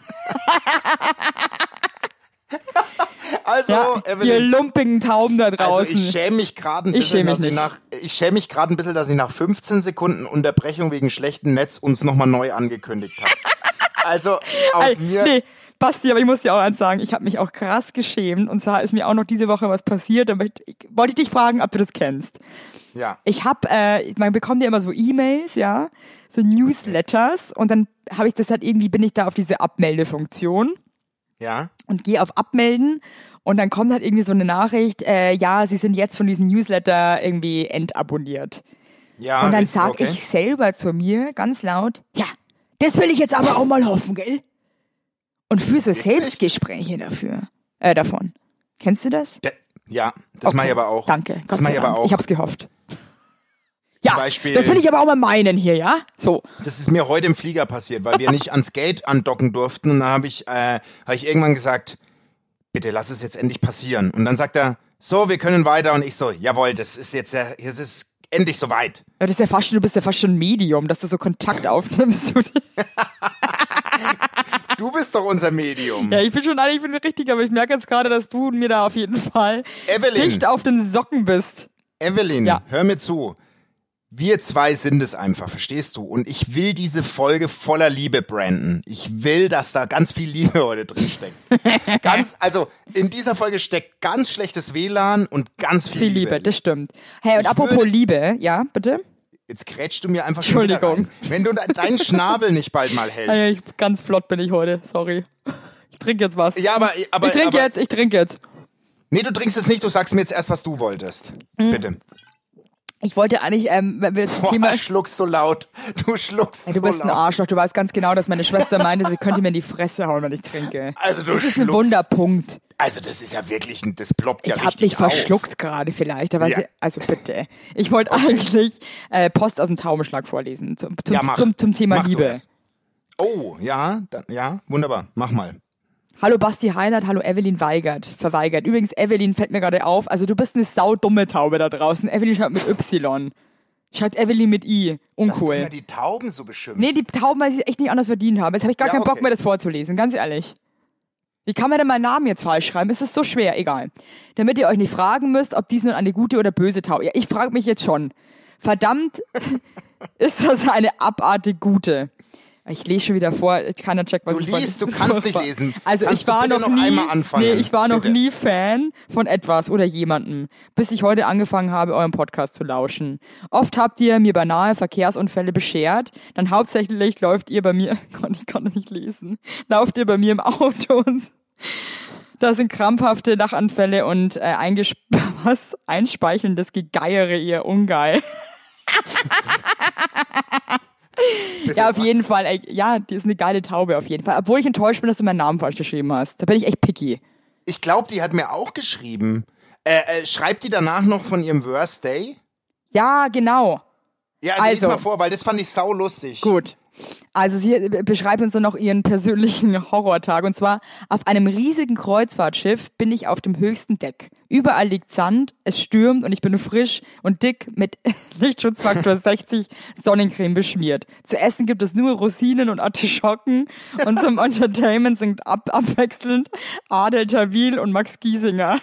Speaker 1: Also,
Speaker 2: Ja, ihr
Speaker 1: Evelyn,
Speaker 2: lumpigen Tauben da
Speaker 1: also
Speaker 2: draußen.
Speaker 1: ich schäme mich gerade ein
Speaker 2: Ich
Speaker 1: bisschen,
Speaker 2: schäme
Speaker 1: dass
Speaker 2: mich
Speaker 1: ich
Speaker 2: nicht.
Speaker 1: nach, ich schäme mich gerade ein bisschen, dass ich nach fünfzehn Sekunden Unterbrechung wegen schlechtem Netz uns nochmal neu angekündigt habe. Also, aus
Speaker 2: Ey,
Speaker 1: mir,
Speaker 2: Nee, Basti, aber ich muss dir auch eins sagen, ich habe mich auch krass geschämt. Und zwar ist mir auch noch diese Woche was passiert. Und ich, wollte ich dich fragen, ob du das kennst.
Speaker 1: ja,
Speaker 2: Ich habe, äh, man bekommt ja immer so E-Mails, ja, so Newsletters. Und dann habe ich das halt irgendwie, bin ich da auf diese Abmeldefunktion
Speaker 1: ja,
Speaker 2: und gehe auf Abmelden. Und dann kommt halt irgendwie so eine Nachricht, äh, ja, sie sind jetzt von diesem Newsletter irgendwie entabonniert.
Speaker 1: ja.
Speaker 2: Und dann
Speaker 1: richtig,
Speaker 2: sag
Speaker 1: okay.
Speaker 2: ich selber zu mir ganz laut, ja, das will ich jetzt aber auch mal hoffen, gell? Und für so
Speaker 1: Wirklich?
Speaker 2: Selbstgespräche dafür, äh, davon. Kennst du das?
Speaker 1: Da, ja, das mache ich aber auch.
Speaker 2: Danke.
Speaker 1: Das
Speaker 2: Gott
Speaker 1: mache
Speaker 2: sei
Speaker 1: ich aber
Speaker 2: Dank.
Speaker 1: auch.
Speaker 2: Ich hab's gehofft. Ja,
Speaker 1: Beispiel-
Speaker 2: das will ich aber auch mal meinen hier, ja? So.
Speaker 1: Das ist mir heute im Flieger passiert, weil wir nicht ans Gate andocken durften. Und dann habe ich, äh, hab ich irgendwann gesagt, bitte lass es jetzt endlich passieren. Und dann sagt er, so, wir können weiter. Und ich so, jawohl, das ist jetzt, ja- jetzt ist endlich soweit.
Speaker 2: Ja, das ist ja fast schon, du bist ja fast schon Medium, dass du so Kontakt aufnimmst.
Speaker 1: Du bist doch unser Medium.
Speaker 2: Ja, ich bin schon eigentlich, ich bin richtig, aber ich merke jetzt gerade, dass du mir da auf jeden Fall
Speaker 1: Evelyn.
Speaker 2: dicht auf den Socken bist.
Speaker 1: Evelyn,
Speaker 2: Ja.
Speaker 1: hör mir zu. Wir zwei sind es einfach, verstehst du? Und ich will diese Folge voller Liebe branden. Ich will, dass da ganz viel Liebe heute drin steckt. Ganz, also in dieser Folge steckt ganz schlechtes W L A N und ganz viel,
Speaker 2: Viel Liebe, das stimmt. Hey, und
Speaker 1: Ich
Speaker 2: apropos
Speaker 1: würde-
Speaker 2: Liebe, ja, bitte?
Speaker 1: Jetzt grätschst du mir einfach schon wieder
Speaker 2: Entschuldigung.
Speaker 1: rein. Wenn du de- deinen Schnabel nicht bald mal
Speaker 2: Ah, ja,
Speaker 1: hältst.
Speaker 2: ich, ganz flott bin ich heute, sorry. Ich trinke jetzt was.
Speaker 1: Ja, aber, aber,
Speaker 2: ich trinke
Speaker 1: aber
Speaker 2: jetzt, ich trinke jetzt.
Speaker 1: nee, du trinkst jetzt nicht, du sagst mir jetzt erst, was du wolltest.
Speaker 2: Mhm.
Speaker 1: Bitte.
Speaker 2: Ich wollte eigentlich, ähm, wenn wir zum
Speaker 1: Boah,
Speaker 2: Thema...
Speaker 1: schluckst so laut. Du schluckst
Speaker 2: Ey, du
Speaker 1: so
Speaker 2: bist ein
Speaker 1: laut.
Speaker 2: Arschloch. Du weißt ganz genau, dass meine Schwester meinte, sie könnte mir in die Fresse hauen, wenn ich trinke.
Speaker 1: Also du
Speaker 2: Das ist ein
Speaker 1: schluckst.
Speaker 2: Wunderpunkt.
Speaker 1: Also das ist ja wirklich, ein- das ploppt ja
Speaker 2: Ich hab
Speaker 1: richtig
Speaker 2: mich verschluckt gerade vielleicht. Aber
Speaker 1: Ja.
Speaker 2: sie, also bitte. Ich wollte eigentlich äh, Post aus dem Taubenschlag vorlesen. Zum, zum,
Speaker 1: Ja, mach.
Speaker 2: zum, zum Thema
Speaker 1: Mach du
Speaker 2: Liebe.
Speaker 1: es. Oh, ja, dann, ja, wunderbar. Mach mal.
Speaker 2: Hallo Basti Highlight, hallo Evelyn Weigert. Verweigert. Übrigens, Evelyn fällt mir gerade auf. Also du bist eine saudumme Taube da draußen. Evelyn schreibt mit Y. Schreibt Evelyn mit I.
Speaker 1: Dass du
Speaker 2: Uncool.
Speaker 1: immer die Tauben so beschimpfst.
Speaker 2: Nee, die Tauben, weil sie es echt nicht anders verdient haben. Jetzt habe ich gar
Speaker 1: Ja,
Speaker 2: keinen Bock
Speaker 1: okay.
Speaker 2: mehr, das vorzulesen, ganz ehrlich. Wie kann man denn meinen Namen jetzt falsch schreiben? Es ist so schwer, egal. Damit ihr euch nicht fragen müsst, ob dies nun eine gute oder böse Taube. Ja, ich frage mich jetzt schon. Verdammt, ist das eine abartig gute? Ich lese schon wieder vor, keiner checkt, was
Speaker 1: Du
Speaker 2: ich vorhin-
Speaker 1: liest, du
Speaker 2: das ist
Speaker 1: kannst nicht
Speaker 2: furchtbar.
Speaker 1: lesen.
Speaker 2: Also
Speaker 1: Kannst
Speaker 2: ich war
Speaker 1: du bitte
Speaker 2: noch,
Speaker 1: noch
Speaker 2: nie,
Speaker 1: einmal anfangen?
Speaker 2: nee, ich war noch
Speaker 1: Bitte.
Speaker 2: nie Fan von etwas oder jemandem, bis ich heute angefangen habe, euren Podcast zu lauschen. Oft habt ihr mir beinahe Verkehrsunfälle beschert, dann hauptsächlich läuft ihr bei mir, Gott, ich kann nicht lesen, lauft ihr bei mir im Auto und da sind krampfhafte Lachanfälle und äh, eingesp was? Einspeichelndes Gegeiere, ihr Ungeil.
Speaker 1: Bitte
Speaker 2: Ja, auf
Speaker 1: was?
Speaker 2: jeden Fall. Ey, ja, die ist eine geile Taube auf jeden Fall. Obwohl ich enttäuscht bin, dass du meinen Namen falsch geschrieben hast. Da bin ich echt picky.
Speaker 1: Ich glaube, die hat mir auch geschrieben. Äh, äh, schreibt die danach noch von ihrem Worst Day?
Speaker 2: Ja, genau.
Speaker 1: Ja, also,
Speaker 2: Also.
Speaker 1: lies mal vor, weil das fand ich sau lustig.
Speaker 2: Gut. Also sie beschreibt uns dann noch ihren persönlichen Horrortag. Und zwar, auf einem riesigen Kreuzfahrtschiff bin ich auf dem höchsten Deck. Überall liegt Sand, es stürmt und ich bin frisch und dick mit Lichtschutzfaktor sechzig Sonnencreme beschmiert. Zu essen gibt es nur Rosinen und Artischocken und zum Entertainment sind ab abwechselnd Adel Tawil und Max Giesinger.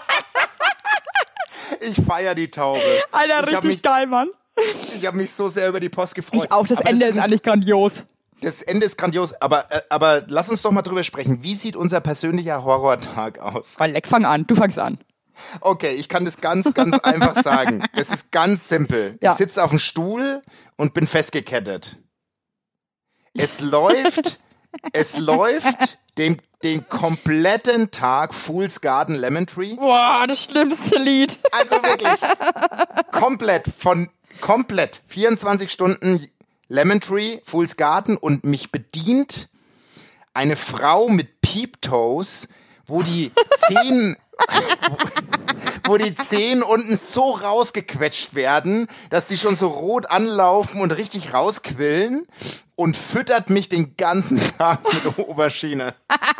Speaker 1: Ich feier die Taube.
Speaker 2: Alter,
Speaker 1: ich hab
Speaker 2: richtig
Speaker 1: mich,
Speaker 2: geil, Mann.
Speaker 1: Ich habe mich so sehr über die Post gefreut.
Speaker 2: Ich auch, das
Speaker 1: Aber
Speaker 2: Ende
Speaker 1: ist
Speaker 2: ist
Speaker 1: ein-
Speaker 2: eigentlich grandios.
Speaker 1: Das Ende ist grandios, aber, äh, aber lass uns doch mal drüber sprechen. Wie sieht unser persönlicher Horrortag aus?
Speaker 2: Oh, leck, fang an, du fangst an.
Speaker 1: Okay, ich kann das ganz, ganz einfach sagen. Das ist ganz simpel.
Speaker 2: Ja.
Speaker 1: Ich sitze auf dem Stuhl und bin festgekettet. Es läuft, es läuft den, den kompletten Tag Fool's Garden Lemon Tree.
Speaker 2: Boah, das schlimmste Lied.
Speaker 1: Also wirklich komplett von komplett vierundzwanzig Stunden Lemon Tree, Fool's Garden und mich bedient eine Frau mit Peep-Toes, wo die Zehen wo die Zehen unten so rausgequetscht werden, dass sie schon so rot anlaufen und richtig rausquillen und füttert mich den ganzen Tag mit Oberschiene.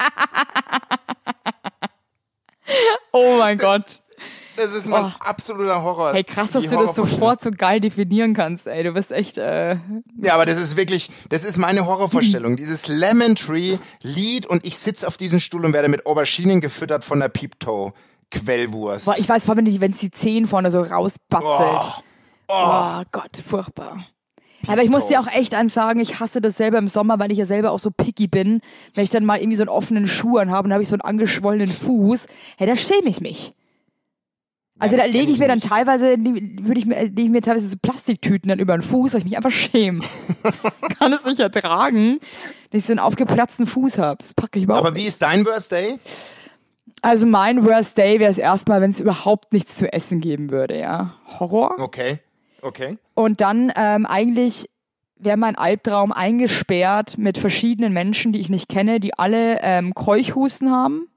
Speaker 2: Oh mein Gott.
Speaker 1: Das ist mein
Speaker 2: Oh.
Speaker 1: absoluter Horror.
Speaker 2: Hey, krass, dass
Speaker 1: Die
Speaker 2: du das
Speaker 1: Horrorvorstellung.
Speaker 2: sofort so geil definieren kannst, ey. Du bist echt, äh,
Speaker 1: Ja, aber das ist wirklich, das ist meine Horrorvorstellung. Dieses Lemon Tree Lied und ich sitze auf diesem Stuhl und werde mit Auberginen gefüttert von der Peep-Toe Quellwurst.
Speaker 2: boah, ich weiß, vor allem, wenn die, wenn die Zehen vorne so rausbatzelt.
Speaker 1: Oh.
Speaker 2: Oh, Gott, furchtbar. Aber ich muss dir auch echt eins sagen, ich hasse das selber im Sommer, weil ich ja selber auch so picky bin. Wenn ich dann mal irgendwie so einen offenen Schuh anhabe und habe ich so einen angeschwollenen Fuß, hey, da schäme ich mich. Also
Speaker 1: Ja,
Speaker 2: da
Speaker 1: das
Speaker 2: lege
Speaker 1: kenn
Speaker 2: ich
Speaker 1: ich
Speaker 2: mir dann
Speaker 1: nicht.
Speaker 2: teilweise, würde ich mir, lege ich mir teilweise so Plastiktüten dann über den Fuß, weil ich mich einfach schäme. Kann es nicht ertragen, dass ich so einen aufgeplatzten Fuß habe. Das packe ich überhaupt
Speaker 1: Aber
Speaker 2: nicht.
Speaker 1: wie ist dein Worst Day?
Speaker 2: Also mein Worst Day wäre es erstmal, wenn es überhaupt nichts zu essen geben würde, ja. Horror.
Speaker 1: Okay, okay.
Speaker 2: Und dann ähm, eigentlich wäre mein Albtraum eingesperrt mit verschiedenen Menschen, die ich nicht kenne, die alle ähm, Keuchhusten haben.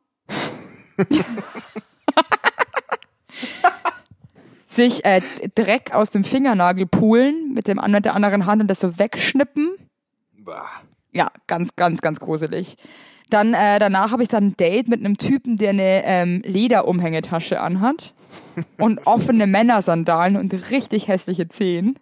Speaker 2: Sich äh, Dreck aus dem Fingernagel poolen mit dem mit der anderen Hand und das so wegschnippen.
Speaker 1: Bah.
Speaker 2: Ja, ganz, ganz, ganz gruselig. Dann äh, danach habe ich dann ein Date mit einem Typen, der eine ähm, Lederumhängetasche anhat und offene Männersandalen und richtig hässliche Zehen.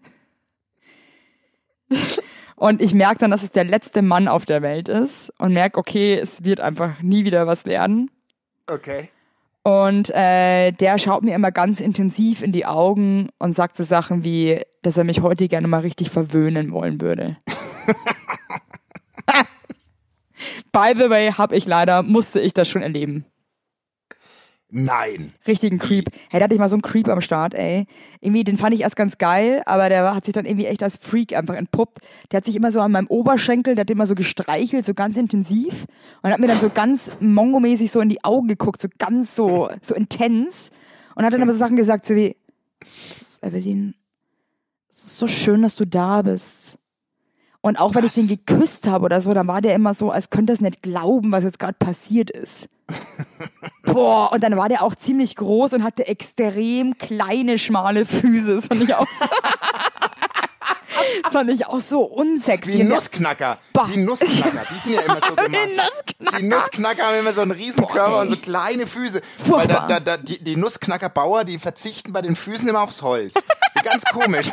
Speaker 2: Und ich merke dann, dass es der letzte Mann auf der Welt ist und merke, okay, es wird einfach nie wieder was werden.
Speaker 1: Okay.
Speaker 2: Und äh, der schaut mir immer ganz intensiv in die Augen und sagt so Sachen wie, dass er mich heute gerne mal richtig verwöhnen wollen würde. By the way, hab ich leider, musste ich das schon erleben.
Speaker 1: Nein.
Speaker 2: Richtigen Creep. Hey, da hatte ich mal so einen Creep am Start, ey. Irgendwie, den fand ich erst ganz geil, aber der hat sich dann irgendwie echt als Freak einfach entpuppt. Der hat sich immer so an meinem Oberschenkel, der hat immer so gestreichelt, so ganz intensiv und hat mir dann so ganz mongomäßig so in die Augen geguckt, so ganz so, so intens und hat dann aber so Sachen gesagt, so wie, Evelyn, es ist so schön, dass du da bist. Und auch wenn
Speaker 1: Was?
Speaker 2: ich den geküsst habe oder so, dann war der immer so, als könnte er es nicht glauben, was jetzt gerade passiert ist. Boah, und dann war der auch ziemlich groß und hatte extrem kleine, schmale Füße. Das fand ich auch, das fand ich auch so unsexy.
Speaker 1: Wie Nussknacker.
Speaker 2: Bah.
Speaker 1: Wie Nussknacker. Die sind ja immer so gemacht.
Speaker 2: Die Nussknacker.
Speaker 1: Die Nussknacker haben immer so einen riesen
Speaker 2: Boah,
Speaker 1: Körper
Speaker 2: ey.
Speaker 1: und so kleine Füße.
Speaker 2: Furchtbar.
Speaker 1: Weil da, da, da, die, die Nussknackerbauer, die verzichten bei den Füßen immer aufs Holz. Ganz komisch.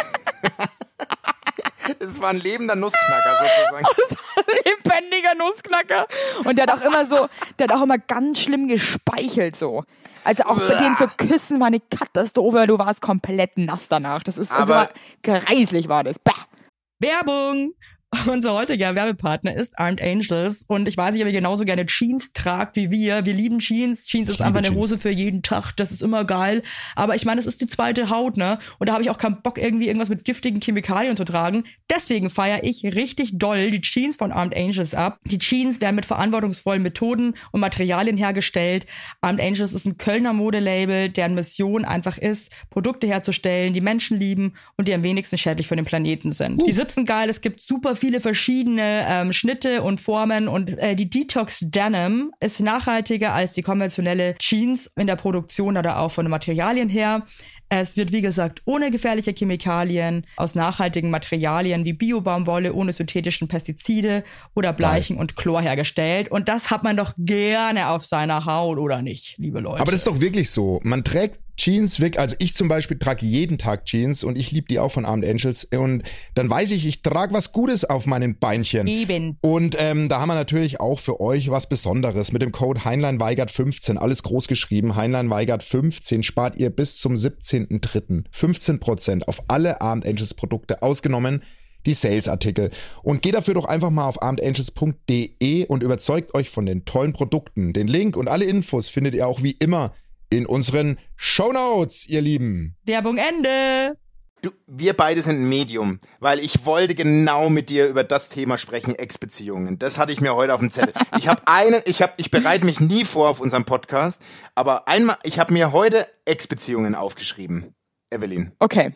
Speaker 1: Das war ein lebender Nussknacker sozusagen.
Speaker 2: Lebendiger Nussknacker. Und der hat auch immer so, der hat auch immer ganz schlimm gespeichelt so. Also auch bei denen zu küssen war eine Katastrophe, du warst komplett nass danach. Das ist, also
Speaker 1: Aber-
Speaker 2: war, greislich war das. Bah.
Speaker 3: Werbung! Unser heutiger Werbepartner ist Armed Angels und ich weiß nicht, ob ihr genauso gerne Jeans tragt wie wir. Wir lieben Jeans. Jeans ist
Speaker 4: liebe
Speaker 3: einfach eine
Speaker 4: Jeans.
Speaker 3: Hose für jeden Tag. Das ist immer geil. Aber ich meine, es ist die zweite Haut, ne? Und da habe ich auch keinen Bock, irgendwie irgendwas mit giftigen Chemikalien zu tragen. Deswegen feiere ich richtig doll die Jeans von Armed Angels ab. Die Jeans werden mit verantwortungsvollen Methoden und Materialien hergestellt. Armed Angels ist ein Kölner Modelabel, deren Mission einfach ist, Produkte herzustellen, die Menschen lieben und die am wenigsten schädlich für den Planeten sind. Die sitzen geil. Es gibt super viele verschiedene ähm, Schnitte und Formen und äh, die Detox Denim ist nachhaltiger als die konventionelle Jeans in der Produktion oder auch von den Materialien her. Es wird, wie gesagt, ohne gefährliche Chemikalien, aus nachhaltigen Materialien wie Bio-Baumwolle, ohne synthetischen Pestizide oder Bleichen und Chlor hergestellt. Und das hat man doch gerne auf seiner Haut, oder nicht, liebe Leute?
Speaker 4: Aber das ist doch wirklich so. Man trägt Jeans weg, also ich zum Beispiel trage jeden Tag Jeans und ich liebe die auch von Armed Angels und dann weiß ich, ich trage was Gutes auf meinen Beinchen.
Speaker 3: Eben.
Speaker 4: Und ähm, da haben wir natürlich auch für euch was Besonderes. Mit dem Code Heinlein-Weigert fünfzehn, alles groß geschrieben, Heinlein-Weigert fünfzehn, spart ihr bis zum siebzehnten dritten fünfzehn Prozent auf alle Armed Angels Produkte, ausgenommen die Sales-Artikel. Und geht dafür doch einfach mal auf armed angels punkt de und überzeugt euch von den tollen Produkten. Den Link und alle Infos findet ihr auch wie immer in unseren Shownotes, ihr Lieben.
Speaker 3: Werbung Ende.
Speaker 1: Du, wir beide sind ein Medium, weil ich wollte genau mit dir über das Thema sprechen, Ex-Beziehungen. Das hatte ich mir heute auf dem Zettel. Ich habe einen, ich habe, ich bereite mich nie vor auf unserem Podcast, aber einmal, ich habe mir heute Ex-Beziehungen aufgeschrieben. Evelyn.
Speaker 2: Okay.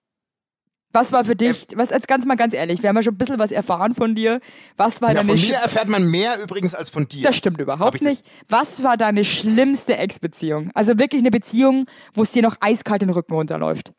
Speaker 2: Was war für dich, was jetzt ganz mal ganz ehrlich, wir haben ja schon ein bisschen was erfahren von dir. Was war
Speaker 1: Ja,
Speaker 2: deine
Speaker 1: von
Speaker 2: sch-
Speaker 1: mir erfährt man mehr übrigens als von dir.
Speaker 2: Das stimmt
Speaker 1: Hab
Speaker 2: überhaupt
Speaker 1: ich das-
Speaker 2: nicht. Was war deine schlimmste Ex-Beziehung? Also wirklich eine Beziehung, wo es dir noch eiskalt den Rücken runterläuft.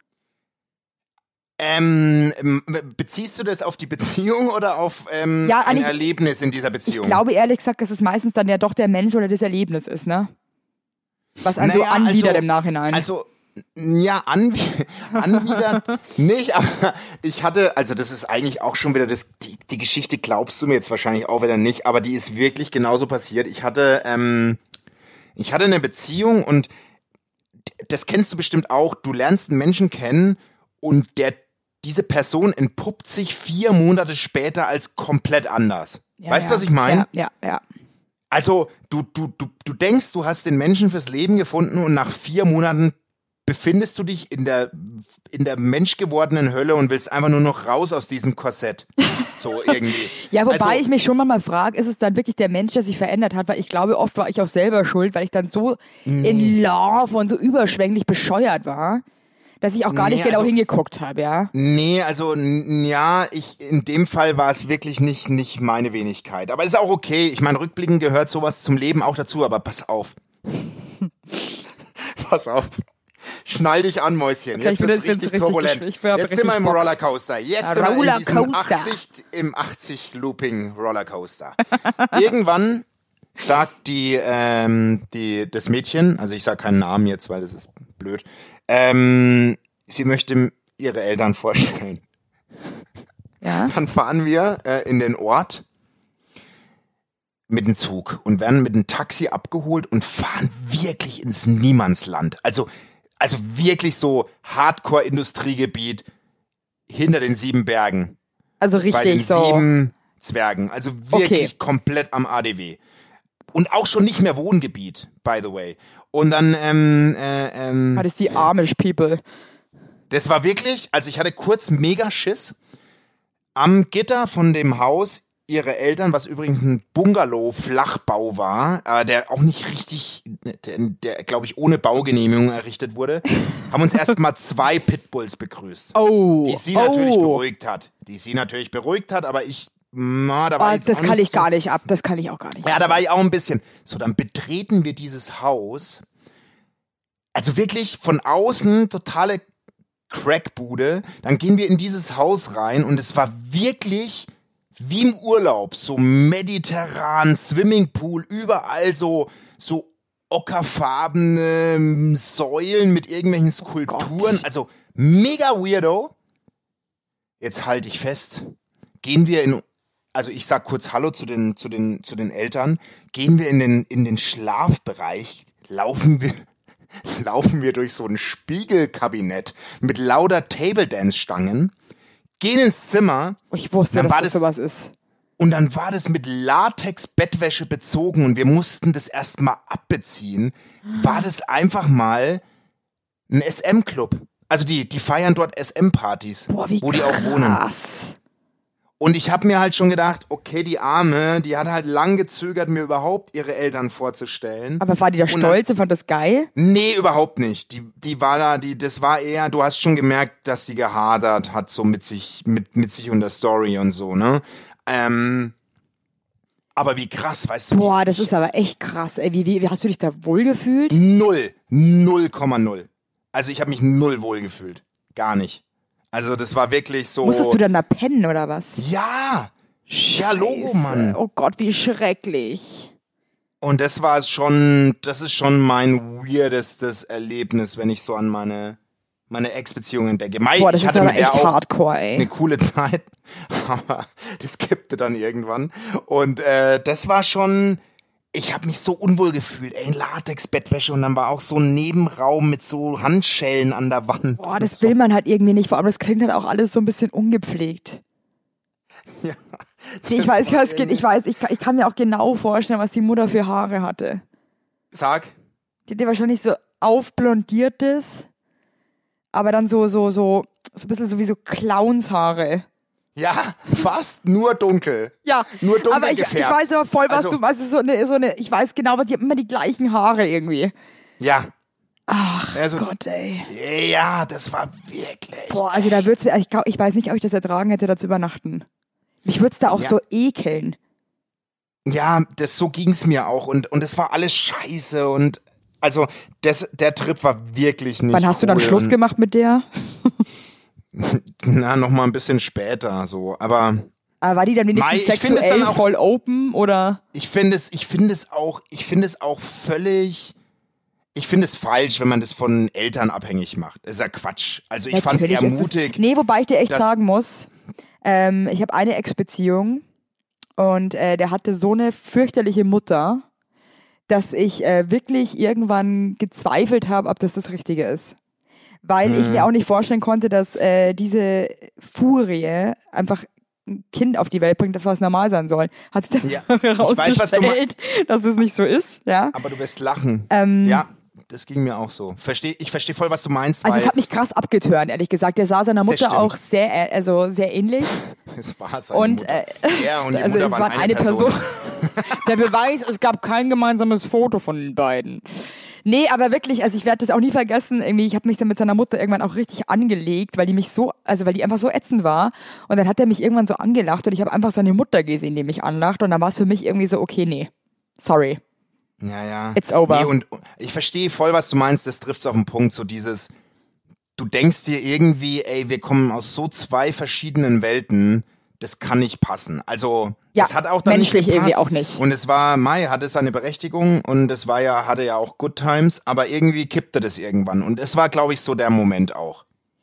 Speaker 1: Ähm, ähm, beziehst du das auf die Beziehung oder auf ähm,
Speaker 2: Ja,
Speaker 1: ein
Speaker 2: eigentlich-
Speaker 1: Erlebnis in dieser
Speaker 2: Ich
Speaker 1: Beziehung?
Speaker 2: glaube ehrlich gesagt, dass es meistens dann ja doch der Mensch oder das Erlebnis ist, ne? Was einen so
Speaker 1: Naja,
Speaker 2: anwidert
Speaker 1: also-
Speaker 2: im Nachhinein.
Speaker 1: Also, ja, anw anwidert nicht, aber ich hatte, also das ist eigentlich auch schon wieder das, die, die Geschichte glaubst du mir jetzt wahrscheinlich auch wieder nicht, aber die ist wirklich genauso passiert. Ich hatte, ähm, ich hatte eine Beziehung und das kennst du bestimmt auch. Du lernst einen Menschen kennen und der, diese Person entpuppt sich vier Monate später als komplett anders.
Speaker 2: Ja,
Speaker 1: weißt du,
Speaker 2: ja.
Speaker 1: was ich meine?
Speaker 2: Ja, ja, ja.
Speaker 1: Also, du, du, du, du denkst, du hast den Menschen fürs Leben gefunden und nach vier Monaten befindest du dich in der, in der menschgewordenen Hölle und willst einfach nur noch raus aus diesem Korsett. So irgendwie.
Speaker 2: Ja, wobei
Speaker 1: Also-
Speaker 2: ich mich schon mal frage, ist es dann wirklich der Mensch, der sich verändert hat? Weil ich glaube, oft war ich auch selber schuld, weil ich dann so in Love und so überschwänglich bescheuert war, dass ich auch gar
Speaker 1: Nee,
Speaker 2: nicht genau
Speaker 1: also-
Speaker 2: hingeguckt habe, ja.
Speaker 1: Nee, also n- ja, ich in dem Fall war es wirklich nicht nicht meine Wenigkeit, aber ist auch okay. Ich meine, rückblickend gehört sowas zum Leben auch dazu, aber pass auf. Pass auf. Schnall dich an, Mäuschen.
Speaker 2: Okay,
Speaker 1: Jetzt
Speaker 2: ich bin-
Speaker 1: wird's
Speaker 2: ich bin's
Speaker 1: richtig
Speaker 2: richtig
Speaker 1: turbulent.
Speaker 2: gesch- ich bin aber
Speaker 1: Jetzt sind wir
Speaker 2: richtig
Speaker 1: im
Speaker 2: Bock.
Speaker 1: Rollercoaster. Jetzt
Speaker 2: Ja,
Speaker 1: sind wir in diesem
Speaker 2: Rollercoaster.
Speaker 1: achtzig im achtzig Looping Rollercoaster. Irgendwann sagt die ähm, die das Mädchen, also ich sag keinen Namen jetzt, weil das ist blöd. Ähm, sie möchte ihre Eltern vorstellen.
Speaker 2: Ja.
Speaker 1: Dann fahren wir äh, in den Ort mit dem Zug und werden mit dem Taxi abgeholt und fahren wirklich ins Niemandsland. Also, also wirklich so Hardcore-Industriegebiet hinter den sieben Bergen.
Speaker 2: Also
Speaker 1: Bei den
Speaker 2: richtig so.
Speaker 1: sieben Zwergen. Also wirklich
Speaker 2: Okay.
Speaker 1: komplett am A D W. Und auch schon nicht mehr Wohngebiet, by the way. Und dann, ähm, äh, ähm,
Speaker 2: War das die Amish People?
Speaker 1: das war wirklich, also ich hatte kurz mega Schiss. Am Gitter von dem Haus ihre Eltern, was übrigens ein Bungalow-Flachbau war, äh, der auch nicht richtig, der, der glaube ich, ohne Baugenehmigung errichtet wurde, haben uns erstmal zwei Pitbulls begrüßt.
Speaker 2: Oh.
Speaker 1: Die sie
Speaker 2: oh.
Speaker 1: natürlich beruhigt hat. Die sie natürlich beruhigt hat, aber ich, na, da war
Speaker 2: Oh,
Speaker 1: ich
Speaker 2: das
Speaker 1: auch
Speaker 2: kann
Speaker 1: nicht
Speaker 2: ich
Speaker 1: so,
Speaker 2: gar nicht ab. Das kann ich auch gar nicht
Speaker 1: Ja,
Speaker 2: ab.
Speaker 1: da war ich auch ein bisschen. So, dann betreten wir dieses Haus. Also wirklich von außen totale Crackbude. Dann gehen wir in dieses Haus rein und es war wirklich wie im Urlaub. So mediterran, Swimmingpool, überall so, so ockerfarbene Säulen mit irgendwelchen Skulpturen.
Speaker 2: Gott.
Speaker 1: Also mega weirdo. Jetzt halte ich fest. Gehen wir in, also ich sag kurz Hallo zu den, zu den, zu den Eltern. Gehen wir in den, in den Schlafbereich, laufen wir, laufen wir durch so ein Spiegelkabinett mit lauter Table-Dance-Stangen, gehen ins Zimmer.
Speaker 2: Ich wusste,
Speaker 1: Dann
Speaker 2: dass
Speaker 1: war
Speaker 2: das
Speaker 1: das-
Speaker 2: sowas ist.
Speaker 1: Und dann war das mit Latex-Bettwäsche bezogen und wir mussten das erstmal abbeziehen. War das einfach mal ein S M-Club. Also die, die feiern dort S M-Partys,
Speaker 2: Boah, wie
Speaker 1: wo die auch wohnen.
Speaker 2: krass.
Speaker 1: Und ich habe mir halt schon gedacht, okay, die Arme, die hat halt lang gezögert, mir überhaupt ihre Eltern vorzustellen.
Speaker 2: Aber war die da
Speaker 1: Und dann-
Speaker 2: stolz und fand das geil?
Speaker 1: Nee, überhaupt nicht. Die, die war da, die, das war eher, du hast schon gemerkt, dass sie gehadert hat, so mit sich, mit, mit sich und der Story und so, ne? Ähm, aber wie krass, weißt du?
Speaker 2: Boah,
Speaker 1: wie-
Speaker 2: das ist aber echt krass. Ey, wie, wie, wie hast du dich da wohlgefühlt?
Speaker 1: Null. null Komma null. Also ich habe mich null wohlgefühlt. Gar nicht. Also das war wirklich so.
Speaker 2: Musstest du dann da pennen oder was?
Speaker 1: Ja. Ja, Logo,
Speaker 2: Scheiße.
Speaker 1: Mann.
Speaker 2: Oh Gott, wie schrecklich.
Speaker 1: Und das war es schon, das ist schon mein weirdestes Erlebnis, wenn ich so an meine, meine Ex-Beziehungen denke. Mai,
Speaker 2: Boah, das
Speaker 1: ich
Speaker 2: ist
Speaker 1: hatte
Speaker 2: aber
Speaker 1: mit der
Speaker 2: echt
Speaker 1: auch
Speaker 2: hardcore, ey.
Speaker 1: eine coole Zeit, aber das kippte dann irgendwann. Und äh, das war schon, ich habe mich so unwohl gefühlt, ey, Latex-Bettwäsche und dann war auch so ein Nebenraum mit so Handschellen an der Wand.
Speaker 2: Boah, das will man halt irgendwie nicht. Vor allem, das klingt halt auch alles so ein bisschen ungepflegt.
Speaker 1: Ja,
Speaker 2: Ich
Speaker 1: das
Speaker 2: weiß,
Speaker 1: war
Speaker 2: was geht. Ich weiß, ich kann, ich kann mir auch genau vorstellen, was die Mutter für Haare hatte.
Speaker 1: Sag.
Speaker 2: Die hatte wahrscheinlich so aufblondiertes, aber dann so, so, so, so ein bisschen so wie so Clownshaare.
Speaker 1: Ja, fast nur dunkel.
Speaker 2: Ja,
Speaker 1: Nur dunkel
Speaker 2: aber ich, ich
Speaker 1: gefärbt.
Speaker 2: weiß aber voll, was
Speaker 1: Also-
Speaker 2: du, was ist so eine, so eine, ich weiß genau, was die haben immer die gleichen Haare irgendwie.
Speaker 1: Ja.
Speaker 2: Ach
Speaker 1: Also-
Speaker 2: Gott, ey.
Speaker 1: Ja, das war wirklich.
Speaker 2: Boah, also da wird's mir, ich, glaub, ich weiß nicht, ob ich das ertragen hätte, da zu übernachten. Mich würd's da auch
Speaker 1: Ja.
Speaker 2: so ekeln.
Speaker 1: Ja, das so ging's mir auch und und es war alles scheiße und also das der Trip war wirklich nicht
Speaker 2: Wann hast du dann
Speaker 1: cool
Speaker 2: Schluss
Speaker 1: und,
Speaker 2: gemacht mit der?
Speaker 1: Na, noch mal ein bisschen später so, aber
Speaker 2: Aber war die dann wenigstens
Speaker 1: Mei, ich find es
Speaker 2: sexuell
Speaker 1: dann auch-
Speaker 2: voll open oder?
Speaker 1: ich finde es ich finde es auch ich finde es auch völlig ich finde es falsch, wenn man das von Eltern abhängig macht. Das ist ja Quatsch. Also ich fand es
Speaker 2: Natürlich
Speaker 1: eher
Speaker 2: ist es-
Speaker 1: mutig.
Speaker 2: Nee, wobei ich dir echt
Speaker 1: dass-
Speaker 2: sagen muss, ähm, ich habe eine Ex-Beziehung und äh, der hatte so eine fürchterliche Mutter, dass ich äh, wirklich irgendwann gezweifelt habe, ob das das Richtige ist. Weil ich
Speaker 1: Hm.
Speaker 2: mir auch nicht vorstellen konnte, dass äh, diese Furie einfach ein Kind auf die Welt bringt, das was normal sein soll. Hat sich dann
Speaker 1: Ja, ich weiß,
Speaker 2: herausgestellt,
Speaker 1: was du meinst.
Speaker 2: dass es nicht so ist. Ja.
Speaker 1: Aber du wirst lachen.
Speaker 2: Ähm,
Speaker 1: Ja, das ging mir auch so. Versteh, ich verstehe voll, was du meinst,
Speaker 2: Also
Speaker 1: weil
Speaker 2: es hat mich krass abgeturnt, ehrlich gesagt. Der sah seiner Mutter
Speaker 1: stimmt.
Speaker 2: auch sehr, äh, also sehr ähnlich.
Speaker 1: es war seine
Speaker 2: Und,
Speaker 1: Mutter.
Speaker 2: äh,
Speaker 1: Er und die
Speaker 2: also
Speaker 1: Mutter
Speaker 2: es
Speaker 1: waren
Speaker 2: war eine Person. Der Beweis, es gab kein gemeinsames Foto von den beiden. Nee, aber wirklich, also ich werde das auch nie vergessen. Irgendwie, ich habe mich dann mit seiner Mutter irgendwann auch richtig angelegt, weil die mich so, also weil die einfach so ätzend war. Und dann hat er mich irgendwann so angelacht und ich habe einfach seine Mutter gesehen, die mich anlacht. Und dann war es für mich irgendwie so, okay, nee, sorry.
Speaker 1: Ja, ja.
Speaker 2: It's over.
Speaker 1: Nee, und ich verstehe voll, was du meinst. Das trifft's auf den Punkt. So dieses, du denkst dir irgendwie, ey, wir kommen aus so zwei verschiedenen Welten. Das kann nicht passen. Also,
Speaker 2: Ja,
Speaker 1: das hat auch dann
Speaker 2: menschlich
Speaker 1: nicht gepasst.
Speaker 2: irgendwie auch nicht.
Speaker 1: Und es war, Mai hatte seine Berechtigung und es war ja, hatte ja auch Good Times, aber irgendwie kippte das irgendwann. Und es war, glaube ich, so der Moment auch.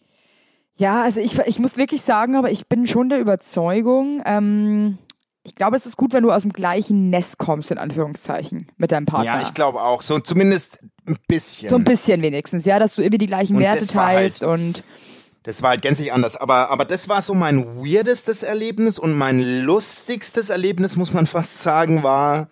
Speaker 2: Ja, also ich, ich muss wirklich sagen, aber ich bin schon der Überzeugung, ähm, ich glaube, es ist gut, wenn du aus dem gleichen Nest kommst, in Anführungszeichen, mit deinem Partner.
Speaker 1: Ja, ich glaube auch. So zumindest ein bisschen.
Speaker 2: So ein bisschen wenigstens, ja, dass du irgendwie die gleichen
Speaker 1: Und
Speaker 2: Werte
Speaker 1: das war
Speaker 2: teilst
Speaker 1: halt-
Speaker 2: und
Speaker 1: Das war halt gänzlich anders. Aber, aber das war so mein weirdestes Erlebnis und mein lustigstes Erlebnis, muss man fast sagen, war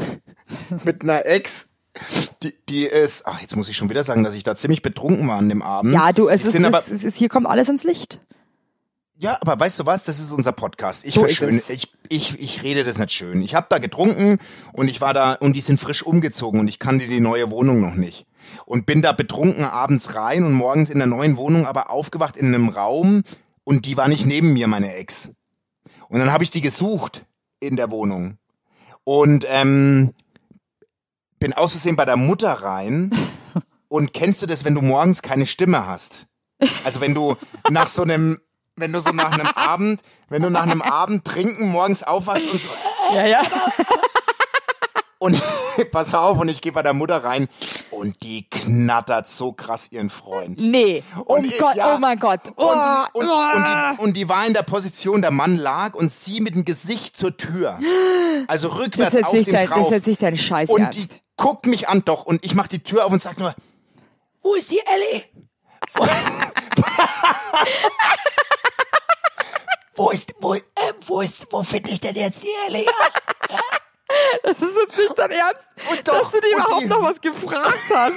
Speaker 1: mit einer Ex, die, die ist, ach, jetzt muss ich schon wieder sagen, dass ich da ziemlich betrunken war an dem Abend.
Speaker 2: ja, du, es
Speaker 1: Die
Speaker 2: ist,
Speaker 1: sind aber,
Speaker 2: es, ist, es ist, hier kommt alles ins Licht.
Speaker 1: Ja, aber weißt du was? Das ist unser Podcast. Ich
Speaker 2: So ist
Speaker 1: verschön,
Speaker 2: es.
Speaker 1: ich, ich, ich rede das nicht schön. Ich habe da getrunken und ich war da und die sind frisch umgezogen und ich kannte die neue Wohnung noch nicht. Und bin da betrunken abends rein und morgens in der neuen Wohnung aber aufgewacht in einem Raum und die war nicht neben mir, meine Ex. Und dann habe ich die gesucht in der Wohnung. Und ähm, bin aus Versehen bei der Mutter rein. Und kennst du das, wenn du morgens keine Stimme hast? Also wenn du nach so einem, wenn du so nach einem Abend, wenn du nach einem Abend trinken morgens aufwachst und so,
Speaker 2: Ja, ja.
Speaker 1: und pass auf, und ich gehe bei der Mutter rein und die knattert so krass ihren Freund.
Speaker 2: Nee. Oh
Speaker 1: Und ich-
Speaker 2: Gott,
Speaker 1: ja.
Speaker 2: oh mein Gott. Oh,
Speaker 1: Und, und, und, die, und die war in der Position, der Mann lag und sie mit dem Gesicht zur Tür. Also
Speaker 2: das
Speaker 1: rückwärts
Speaker 2: ist jetzt
Speaker 1: auf
Speaker 2: nicht
Speaker 1: dem
Speaker 2: dein, das
Speaker 1: drauf.
Speaker 2: ist jetzt nicht dein Scheiß
Speaker 1: Und
Speaker 2: Ernst.
Speaker 1: die guckt mich an, doch. Und ich mach die Tür auf und sag nur, wo ist die Ellie? Wo, wo ist, wo, äh, wo ist, wo finde ich denn jetzt die Ellie?
Speaker 2: Das ist jetzt nicht dein Ernst,
Speaker 1: Und doch,
Speaker 2: dass du dir
Speaker 1: und
Speaker 2: überhaupt
Speaker 1: die-
Speaker 2: noch was gefragt hast.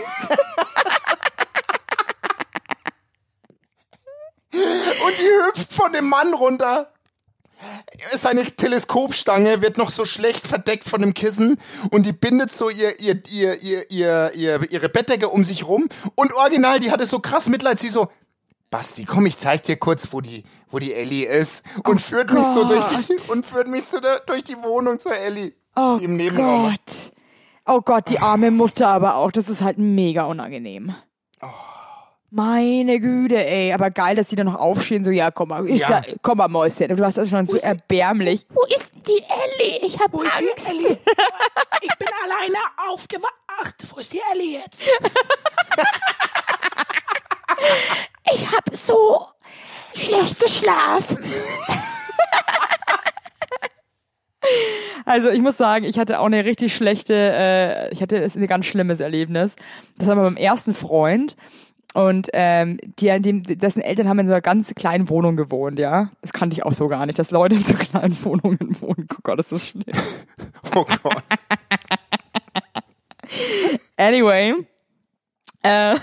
Speaker 1: Und die hüpft von dem Mann runter. Seine Teleskopstange wird noch so schlecht verdeckt von dem Kissen und die bindet so ihr, ihr, ihr, ihr, ihr, ihr, ihre Bettdecke um sich rum und original, die hatte so krass Mitleid, sie so, Basti, komm, ich zeig dir kurz, wo die, wo die Ellie ist und führt mich so durch die, und führt mich zu der, durch die Wohnung zur Ellie,
Speaker 2: Oh
Speaker 1: die im Nebenraum war.
Speaker 2: Gott. Oh Gott, die arme Mutter aber auch. Das ist halt mega unangenehm. Meine Güte, ey. Aber geil, dass die dann noch aufstehen. So, ja, komm mal, ich
Speaker 1: Ja.
Speaker 2: sag, komm mal, Mäuschen. Du hast das schon so erbärmlich. Wo ist die Ellie? Ich hab
Speaker 1: Wo ist
Speaker 2: Angst.
Speaker 1: die Ellie? Ich bin alleine aufgewacht. Wo ist die Ellie jetzt?
Speaker 2: Ich hab so schlecht geschlafen. Also ich muss sagen, ich hatte auch eine richtig schlechte, äh, ich hatte ein ganz schlimmes Erlebnis. Das war beim ersten Freund und ähm, die, dem, dessen Eltern haben in so einer ganz kleinen Wohnung gewohnt, ja. Das kannte ich auch so gar nicht, dass Leute in so kleinen Wohnungen wohnen. Oh Gott, ist das schlimm.
Speaker 1: Oh Gott.
Speaker 2: Anyway. Äh,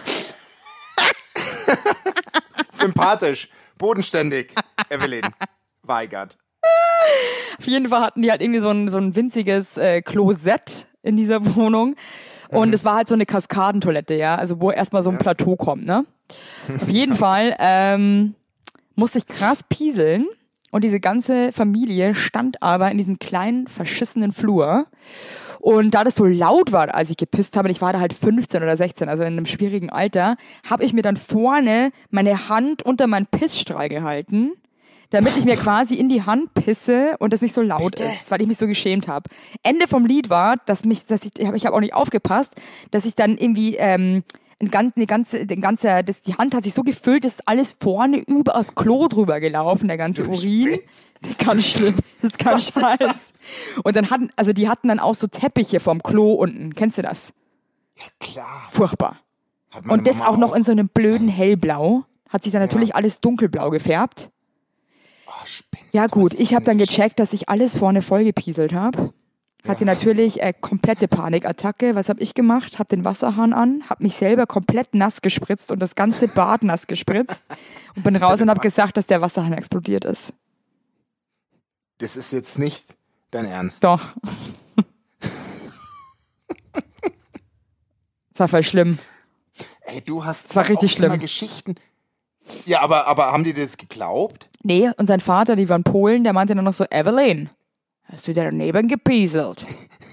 Speaker 1: Sympathisch, bodenständig, Evelyn Weigert.
Speaker 2: Auf jeden Fall hatten die halt irgendwie so ein, so ein winziges äh, Klosett in dieser Wohnung. Und
Speaker 1: Mhm.
Speaker 2: es war halt so eine Kaskadentoilette, ja, also wo erstmal so ein Plateau kommt, ne? Auf jeden Fall ähm, musste ich krass pieseln und diese ganze Familie stand aber in diesem kleinen, verschissenen Flur. Und da das so laut war, als ich gepisst habe, und ich war da halt fünfzehn oder sechzehn, also in einem schwierigen Alter, habe ich mir dann vorne meine Hand unter meinen Pissstrahl gehalten, damit ich mir quasi in die Hand pisse und das nicht so laut
Speaker 1: Bitte?
Speaker 2: ist, weil ich mich so geschämt habe. Ende vom Lied war, dass mich, dass ich, ich habe ich hab auch nicht aufgepasst, dass ich dann irgendwie ähm, ein ganz, eine ganze, den ganze, das, die Hand hat sich so gefüllt, dass alles vorne über das Klo drüber gelaufen, der ganze
Speaker 1: Du
Speaker 2: Urin.
Speaker 1: spinnst.
Speaker 2: Ganz schlimm, das ist kein Scheiß. Und dann hatten, also die hatten dann auch so Teppiche vom Klo unten. Kennst du das?
Speaker 1: Ja, klar.
Speaker 2: Furchtbar.
Speaker 1: Hat meine
Speaker 2: Und das
Speaker 1: Mama
Speaker 2: auch noch in so einem blöden Hellblau. Hat sich dann natürlich alles dunkelblau gefärbt.
Speaker 1: Oh, spinnst
Speaker 2: Ja
Speaker 1: du,
Speaker 2: gut,
Speaker 1: was
Speaker 2: ich
Speaker 1: ist
Speaker 2: habe dann
Speaker 1: denn
Speaker 2: gecheckt, dass ich alles vorne vollgepieselt habe. Hatte natürlich äh, komplette Panikattacke. Was habe ich gemacht? Habe den Wasserhahn an, habe mich selber komplett nass gespritzt und das ganze Bad nass gespritzt und bin raus und habe gesagt, dass der Wasserhahn explodiert ist.
Speaker 1: Das ist jetzt nicht dein Ernst.
Speaker 2: Doch. Das war voll schlimm.
Speaker 1: Ey, du hast
Speaker 2: Das war richtig
Speaker 1: auch immer
Speaker 2: schlimm.
Speaker 1: Geschichten. Ja, aber, aber haben die das geglaubt?
Speaker 2: Nee, und sein Vater, die war in Polen, der meinte dann noch so, Evelyn, hast du daneben gepieselt?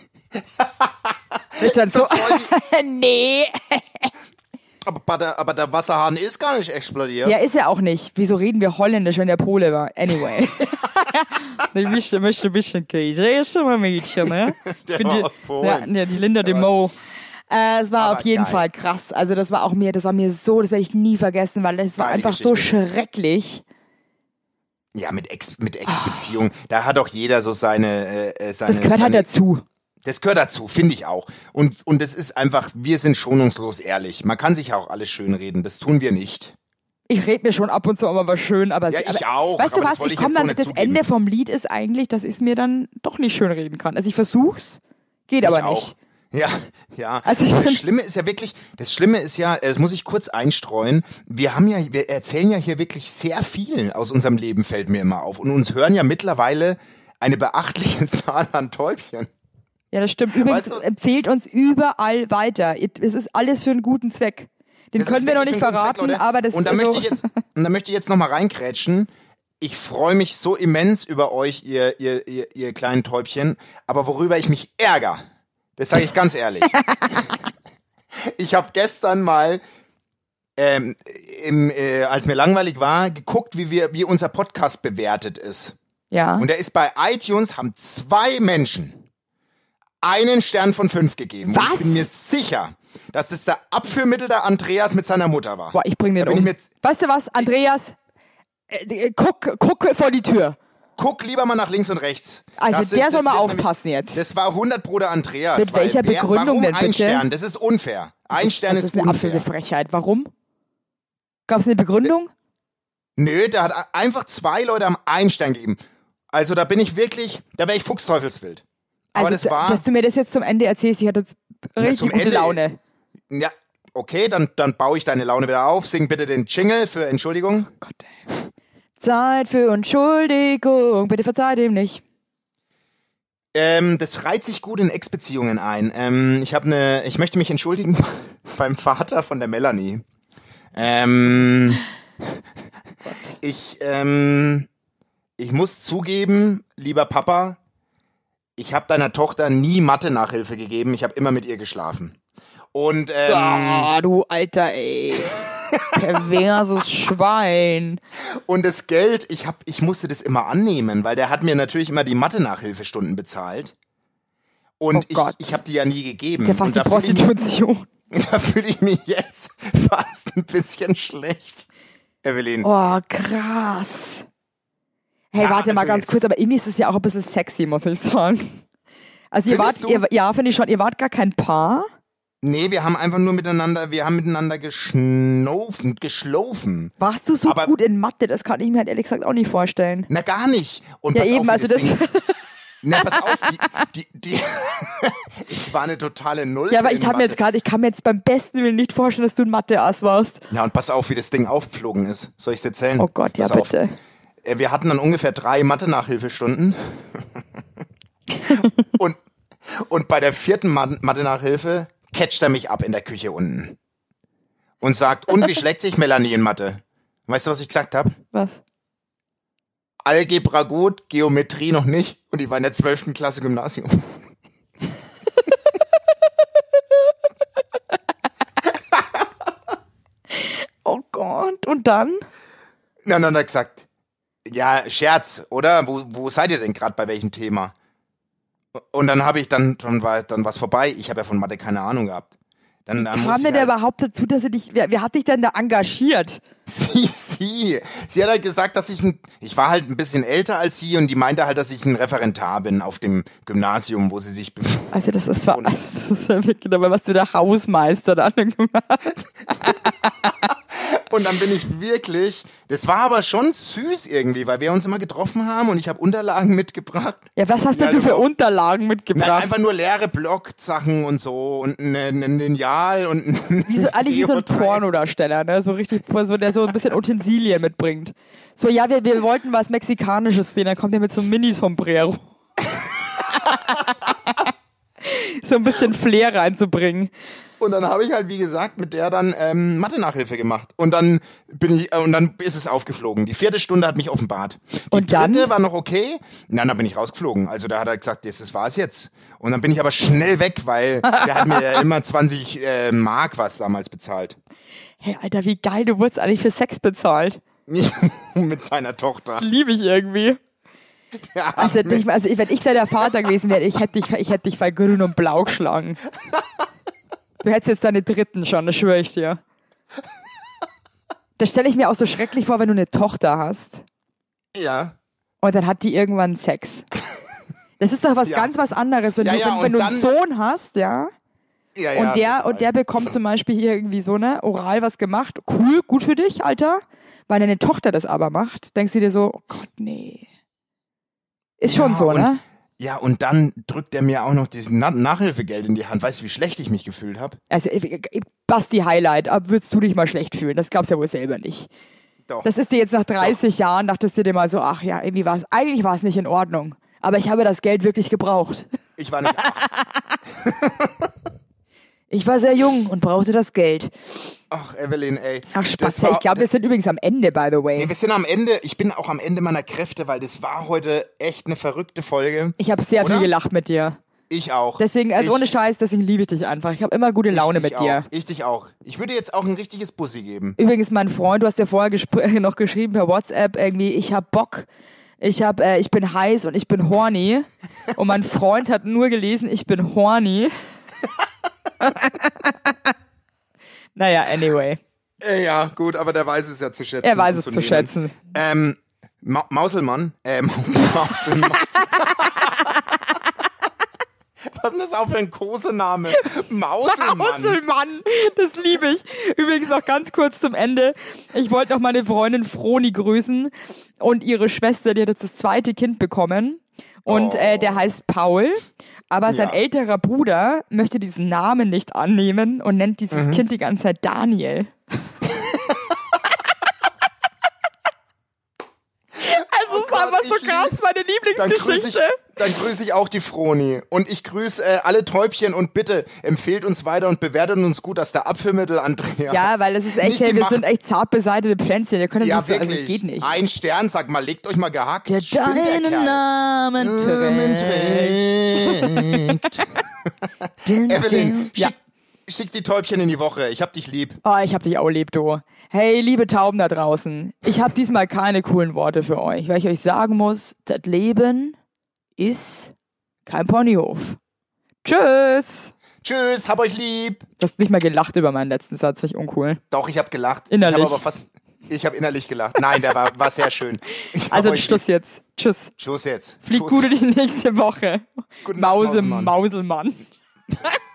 Speaker 2: Ich dann so, nee.
Speaker 1: Aber der, aber der Wasserhahn ist gar nicht explodiert.
Speaker 2: Ja, ist er auch nicht. Wieso reden wir Holländisch, wenn der Pole war? Anyway. Ich möchte, möchte ein bisschen Käse essen, mein Mädchen, ne?
Speaker 1: Der
Speaker 2: Bin
Speaker 1: war
Speaker 2: die,
Speaker 1: aus Polen.
Speaker 2: Ja, ja, die Linda de Mo. Äh, es war
Speaker 1: Aber
Speaker 2: auf jeden
Speaker 1: geil.
Speaker 2: Fall krass. Also das war auch mir, das war mir so, das werde ich nie vergessen, weil es war
Speaker 1: Geile
Speaker 2: einfach so
Speaker 1: Geschichte.
Speaker 2: schrecklich.
Speaker 1: Ja, mit Ex, mit Ex-Beziehung, da hat auch jeder so seine, äh, seine
Speaker 2: Das gehört halt
Speaker 1: seine,
Speaker 2: dazu.
Speaker 1: Das gehört dazu, finde ich auch. Und, und es ist einfach, wir sind schonungslos ehrlich. Man kann sich ja auch alles schönreden, das tun wir nicht.
Speaker 2: Ich rede mir schon ab und zu immer was schön, aber,
Speaker 1: Ja, ich
Speaker 2: aber
Speaker 1: auch,
Speaker 2: weißt
Speaker 1: aber
Speaker 2: du
Speaker 1: das
Speaker 2: was,
Speaker 1: wollte
Speaker 2: ich
Speaker 1: ich
Speaker 2: komme
Speaker 1: jetzt so
Speaker 2: dann,
Speaker 1: nicht
Speaker 2: das
Speaker 1: zugeben.
Speaker 2: Ende vom Lied ist eigentlich, dass ich es mir dann doch nicht schön reden kann. Also ich versuch's, geht aber
Speaker 1: ich
Speaker 2: nicht.
Speaker 1: auch. Ja, ja.
Speaker 2: Also ich
Speaker 1: das
Speaker 2: bin-
Speaker 1: Schlimme ist ja wirklich, das Schlimme ist ja, das muss ich kurz einstreuen, wir haben ja, wir erzählen ja hier wirklich sehr viel aus unserem Leben, fällt mir immer auf. Und uns hören ja mittlerweile eine beachtliche Zahl an Täubchen.
Speaker 2: Ja, das stimmt. Übrigens,
Speaker 1: Weißt du-
Speaker 2: empfehlt uns überall weiter. Es ist alles für einen guten Zweck. Den
Speaker 1: Das
Speaker 2: können
Speaker 1: ist
Speaker 2: wir noch
Speaker 1: wirklich
Speaker 2: nicht
Speaker 1: für einen guten
Speaker 2: verraten,
Speaker 1: Zweck, Leute.
Speaker 2: aber das
Speaker 1: Und da
Speaker 2: ist
Speaker 1: möchte
Speaker 2: so.
Speaker 1: ich jetzt, und da möchte ich jetzt nochmal reinkrätschen. Ich freue mich so immens über euch, ihr, ihr, ihr, ihr kleinen Täubchen. Aber worüber ich mich ärgere, das sage ich ganz ehrlich. Ich habe gestern mal, ähm, im, äh, als mir langweilig war, geguckt, wie wir, wie unser Podcast bewertet ist.
Speaker 2: Ja.
Speaker 1: Und der ist bei iTunes, haben zwei Menschen einen Stern von fünf gegeben. Und
Speaker 2: Was?
Speaker 1: ich bin mir sicher, dass es der Abführmittel der Andreas mit seiner Mutter war.
Speaker 2: Boah, ich bring den
Speaker 1: Da bin
Speaker 2: um.
Speaker 1: ich mit-
Speaker 2: Weißt du was, Andreas? Äh, äh, guck, guck vor die Tür.
Speaker 1: Guck lieber mal nach links und rechts.
Speaker 2: Also
Speaker 1: Das
Speaker 2: der soll
Speaker 1: das
Speaker 2: mal
Speaker 1: wird
Speaker 2: aufpassen
Speaker 1: nämlich,
Speaker 2: jetzt.
Speaker 1: Das war hundert Pro der Andreas.
Speaker 2: Mit
Speaker 1: weil
Speaker 2: welcher
Speaker 1: wer,
Speaker 2: Begründung
Speaker 1: warum
Speaker 2: denn
Speaker 1: ein
Speaker 2: bitte?
Speaker 1: Stern? Das ist unfair. Ein
Speaker 2: Das
Speaker 1: Stern
Speaker 2: das
Speaker 1: ist,
Speaker 2: ist eine
Speaker 1: unfair.
Speaker 2: absolute Frechheit. Warum? Gab es eine Begründung?
Speaker 1: Nö, der hat einfach zwei Leute am einen Stern gegeben. Also da bin ich wirklich, da wäre ich fuchsteufelswild. Aber
Speaker 2: Also,
Speaker 1: das war,
Speaker 2: dass du mir das jetzt zum Ende erzählst, ich hatte jetzt richtig
Speaker 1: zum
Speaker 2: gute
Speaker 1: Ende-
Speaker 2: Laune.
Speaker 1: ja, okay, dann, dann baue ich deine Laune wieder auf. Sing bitte den Jingle für Entschuldigung.
Speaker 2: Gott, ey. Zeit für Entschuldigung, bitte verzeih dem nicht.
Speaker 1: Ähm, das reiht sich gut in Ex-Beziehungen ein. Ähm, ich habe eine, ich möchte mich entschuldigen beim Vater von der Melanie. Ähm, ich, ähm, ich muss zugeben, lieber Papa, ich habe deiner Tochter nie Mathe-Nachhilfe gegeben. Ich habe immer mit ihr geschlafen. Und ähm,
Speaker 2: Ah, du Alter, ey. Perverses Schwein.
Speaker 1: Und das Geld, ich hab, ich musste das immer annehmen, weil der hat mir natürlich immer die Mathe-Nachhilfestunden bezahlt. Und
Speaker 2: Oh Gott.
Speaker 1: ich, ich habe die ja nie gegeben.
Speaker 2: Ist ja fast
Speaker 1: Und
Speaker 2: die
Speaker 1: da fühl ich mich-
Speaker 2: Prostitution.
Speaker 1: Da fühle ich mich jetzt fast ein bisschen schlecht, Evelyn.
Speaker 2: Oh, krass. Hey,
Speaker 1: Ja,
Speaker 2: warte mal
Speaker 1: also
Speaker 2: ganz
Speaker 1: jetzt-
Speaker 2: kurz, aber irgendwie ist es ja auch ein bisschen sexy, muss ich sagen. Also ihr wart,
Speaker 1: Findest du?
Speaker 2: ihr, ja, finde ich schon, ihr wart gar kein Paar.
Speaker 1: Nee, wir haben einfach nur miteinander, wir haben miteinander geschnofen, geschlofen.
Speaker 2: Warst du so
Speaker 1: Aber-
Speaker 2: gut in Mathe? Das kann ich mir halt ehrlich gesagt auch nicht vorstellen.
Speaker 1: Na, gar nicht. Und
Speaker 2: Ja,
Speaker 1: pass
Speaker 2: eben,
Speaker 1: auf,
Speaker 2: also
Speaker 1: wie
Speaker 2: das.
Speaker 1: Ding, na, pass auf, die, die, die ich war eine totale Null.
Speaker 2: Ja, aber ich
Speaker 1: in
Speaker 2: habe mir jetzt
Speaker 1: Mathe.
Speaker 2: gerade, ich kann mir jetzt beim besten Willen nicht vorstellen, dass du ein Mathe-Ass warst.
Speaker 1: Ja, und pass auf, wie das Ding aufgeflogen ist. Soll ich es erzählen?
Speaker 2: Oh Gott, ja,
Speaker 1: Pass auf.
Speaker 2: bitte.
Speaker 1: Äh, Wir hatten dann ungefähr drei Mathe-Nachhilfestunden. und, und bei der vierten Ma- Mathe-Nachhilfe catcht er mich ab in der Küche unten. Und sagt, und wie schlägt sich Melanie in Mathe? Weißt du, was ich gesagt habe?
Speaker 2: Was?
Speaker 1: Algebra gut, Geometrie noch nicht. Und ich war in der zwölften Klasse Gymnasium.
Speaker 2: Oh Gott, und dann?
Speaker 1: Na, dann hat er gesagt, ja, Scherz, oder? Wo, wo seid ihr denn gerade bei welchem Thema? Und dann habe ich, dann, dann war dann was vorbei. Ich habe ja von Mathe keine Ahnung gehabt. Dann, dann
Speaker 2: Kam
Speaker 1: musste
Speaker 2: denn
Speaker 1: ich
Speaker 2: der
Speaker 1: halt,
Speaker 2: überhaupt dazu, dass er dich, wer, wer hat dich denn da engagiert?
Speaker 1: sie, sie, sie hat halt gesagt, dass ich, ein, ich war halt ein bisschen älter als sie und die meinte halt, dass ich ein Referendar bin auf dem Gymnasium, wo sie sich bef-
Speaker 2: Also das ist, ver- also das ist ja wirklich, aber was du der Hausmeister da gemacht.
Speaker 1: Und dann bin ich wirklich, das war aber schon süß irgendwie, weil wir uns immer getroffen haben und ich habe Unterlagen mitgebracht.
Speaker 2: Ja, was hast
Speaker 1: Ja,
Speaker 2: denn du für
Speaker 1: überhaupt-
Speaker 2: Unterlagen
Speaker 1: Nein,
Speaker 2: mitgebracht?
Speaker 1: einfach nur leere Blocksachen und so und ein, ein Lineal und ein
Speaker 2: Wie so, eigentlich wie so ein
Speaker 1: Geodreieck.
Speaker 2: Pornodarsteller, ne? So richtig, so, der so ein bisschen Utensilien mitbringt. So, ja, wir, wir wollten was Mexikanisches sehen, dann kommt er mit so einem Mini-Sombrero. So ein bisschen Flair reinzubringen.
Speaker 1: Und dann habe ich halt, wie gesagt, mit der dann ähm, Mathe-Nachhilfe gemacht. Und dann bin ich, äh, und dann ist es aufgeflogen. Die vierte Stunde hat mich offenbart. Die
Speaker 2: Und
Speaker 1: dritte
Speaker 2: dann?
Speaker 1: war noch okay. Nein, dann bin ich rausgeflogen. Also da hat er gesagt, jetzt, das war's jetzt. Und dann bin ich aber schnell weg, weil der hat mir ja immer zwanzig äh, Mark was damals bezahlt.
Speaker 2: Hey, Alter, wie geil, du wurdest eigentlich für Sex bezahlt.
Speaker 1: Mit seiner Tochter.
Speaker 2: Liebe ich irgendwie.
Speaker 1: Der hat
Speaker 2: Also,
Speaker 1: mich-
Speaker 2: ich, also wenn ich da der Vater gewesen wäre, ich hätte dich, ich hätte dich bei grün und blau geschlagen. Du hättest jetzt deine dritten schon, das schwöre ich dir. Das stelle ich mir auch so schrecklich vor, wenn du eine Tochter hast
Speaker 1: ja.
Speaker 2: und dann hat die irgendwann Sex. Das ist doch was
Speaker 1: Ja.
Speaker 2: ganz was anderes, wenn
Speaker 1: Ja,
Speaker 2: du,
Speaker 1: ja,
Speaker 2: wenn, wenn
Speaker 1: und
Speaker 2: du einen
Speaker 1: dann-
Speaker 2: Sohn hast, ja,
Speaker 1: Ja,
Speaker 2: und
Speaker 1: ja,
Speaker 2: der
Speaker 1: total.
Speaker 2: und der bekommt zum Beispiel hier irgendwie so, ne, oral was gemacht. Cool, gut für dich, Alter. Weil deine Tochter das aber macht, denkst du dir so, oh Gott, nee. Ist schon
Speaker 1: Ja,
Speaker 2: so,
Speaker 1: und-
Speaker 2: ne?
Speaker 1: Ja, und dann drückt er mir auch noch dieses Na- Nachhilfegeld in die Hand. Weißt du, wie schlecht ich mich gefühlt habe?
Speaker 2: Also, Basti Highlight, ab würdest du dich mal schlecht fühlen? Das glaubst du ja wohl selber nicht.
Speaker 1: Doch.
Speaker 2: Das ist dir jetzt nach dreißig Doch. Jahren, dachtest du dir mal so, ach ja, irgendwie war es, eigentlich war es nicht in Ordnung. Aber ich habe das Geld wirklich gebraucht.
Speaker 1: Ich war nicht acht.
Speaker 2: Ich war sehr jung und brauchte das Geld.
Speaker 1: Ach, Evelyn, ey.
Speaker 2: Ach, Spaß. Ich glaube, wir sind übrigens am Ende, by the way.
Speaker 1: Nee, wir sind am Ende. Ich bin auch am Ende meiner Kräfte, weil das war heute echt eine verrückte Folge.
Speaker 2: Ich habe sehr
Speaker 1: Oder?
Speaker 2: viel gelacht mit dir.
Speaker 1: Ich auch.
Speaker 2: Deswegen, also
Speaker 1: ich,
Speaker 2: ohne Scheiß, deswegen liebe ich dich einfach. Ich habe immer gute Laune mit
Speaker 1: auch.
Speaker 2: dir.
Speaker 1: Ich dich auch. Ich würde jetzt auch ein richtiges Bussi geben.
Speaker 2: Übrigens, mein Freund, du hast ja vorher gespr- noch geschrieben per WhatsApp irgendwie, ich hab Bock. Ich hab, äh, ich bin heiß und ich bin horny. Und mein Freund hat nur gelesen, ich bin horny. Naja, anyway.
Speaker 1: Äh, ja, gut, aber der weiß es ja zu schätzen.
Speaker 2: Er weiß es
Speaker 1: zu,
Speaker 2: zu schätzen.
Speaker 1: Ähm, Ma- Mauselmann, äh, Ma- Mauselmann. Was ist denn das auch für ein Kosename? Mauselmann.
Speaker 2: Mauselmann, das liebe ich. Übrigens noch ganz kurz zum Ende. Ich wollte noch meine Freundin Froni grüßen und ihre Schwester, die hat jetzt das zweite Kind bekommen. Und
Speaker 1: Oh.
Speaker 2: äh, der heißt Paul. Aber sein
Speaker 1: Ja.
Speaker 2: älterer Bruder möchte diesen Namen nicht annehmen und nennt dieses
Speaker 1: Mhm.
Speaker 2: Kind die ganze Zeit Daniel. Also es ist
Speaker 1: Gott,
Speaker 2: einfach so
Speaker 1: ich
Speaker 2: krass,
Speaker 1: lieb's.
Speaker 2: meine
Speaker 1: Dann grüße ich,
Speaker 2: Lieblingsgeschichte.
Speaker 1: dann grüße ich auch die Froni. Und ich grüße äh, alle Täubchen und bitte empfehlt uns weiter und bewertet uns gut, dass der Apfelmittel Andreas.
Speaker 2: Ja, weil das ist echt,
Speaker 1: nicht die
Speaker 2: hey, wir
Speaker 1: Macht-
Speaker 2: sind echt zart beseitete Pflänzchen. Wir können
Speaker 1: Ja,
Speaker 2: das also
Speaker 1: wirklich.
Speaker 2: geht nicht.
Speaker 1: Ein Stern, sag mal, legt euch mal gehackt.
Speaker 2: Der
Speaker 1: Spinnt der
Speaker 2: deinen
Speaker 1: Kerl.
Speaker 2: Namen
Speaker 1: Namen
Speaker 2: trägt.
Speaker 1: trägt.
Speaker 2: Din,
Speaker 1: Evelyn,
Speaker 2: din. Ja.
Speaker 1: schick, schick die Täubchen in die Woche. Ich hab dich lieb.
Speaker 2: Oh, ich hab dich auch lieb, du. Hey, liebe Tauben da draußen. Ich hab diesmal keine coolen Worte für euch, weil ich euch sagen muss, das Leben ist kein Ponyhof. Tschüss.
Speaker 1: Tschüss, hab euch lieb.
Speaker 2: Du hast nicht mal gelacht über meinen letzten Satz, finde ich uncool.
Speaker 1: Doch, ich hab gelacht.
Speaker 2: Innerlich.
Speaker 1: Ich hab aber fast, ich hab innerlich gelacht. Nein, der war, war sehr schön. Ich hab
Speaker 2: Also
Speaker 1: euch
Speaker 2: Schluss
Speaker 1: lieb.
Speaker 2: jetzt. Tschüss.
Speaker 1: Schluss jetzt.
Speaker 2: Flieg
Speaker 1: Schluss.
Speaker 2: gut in die nächste Woche.
Speaker 1: Gute Nacht,
Speaker 2: Mause,
Speaker 1: Mauselmann.
Speaker 2: Mauselmann.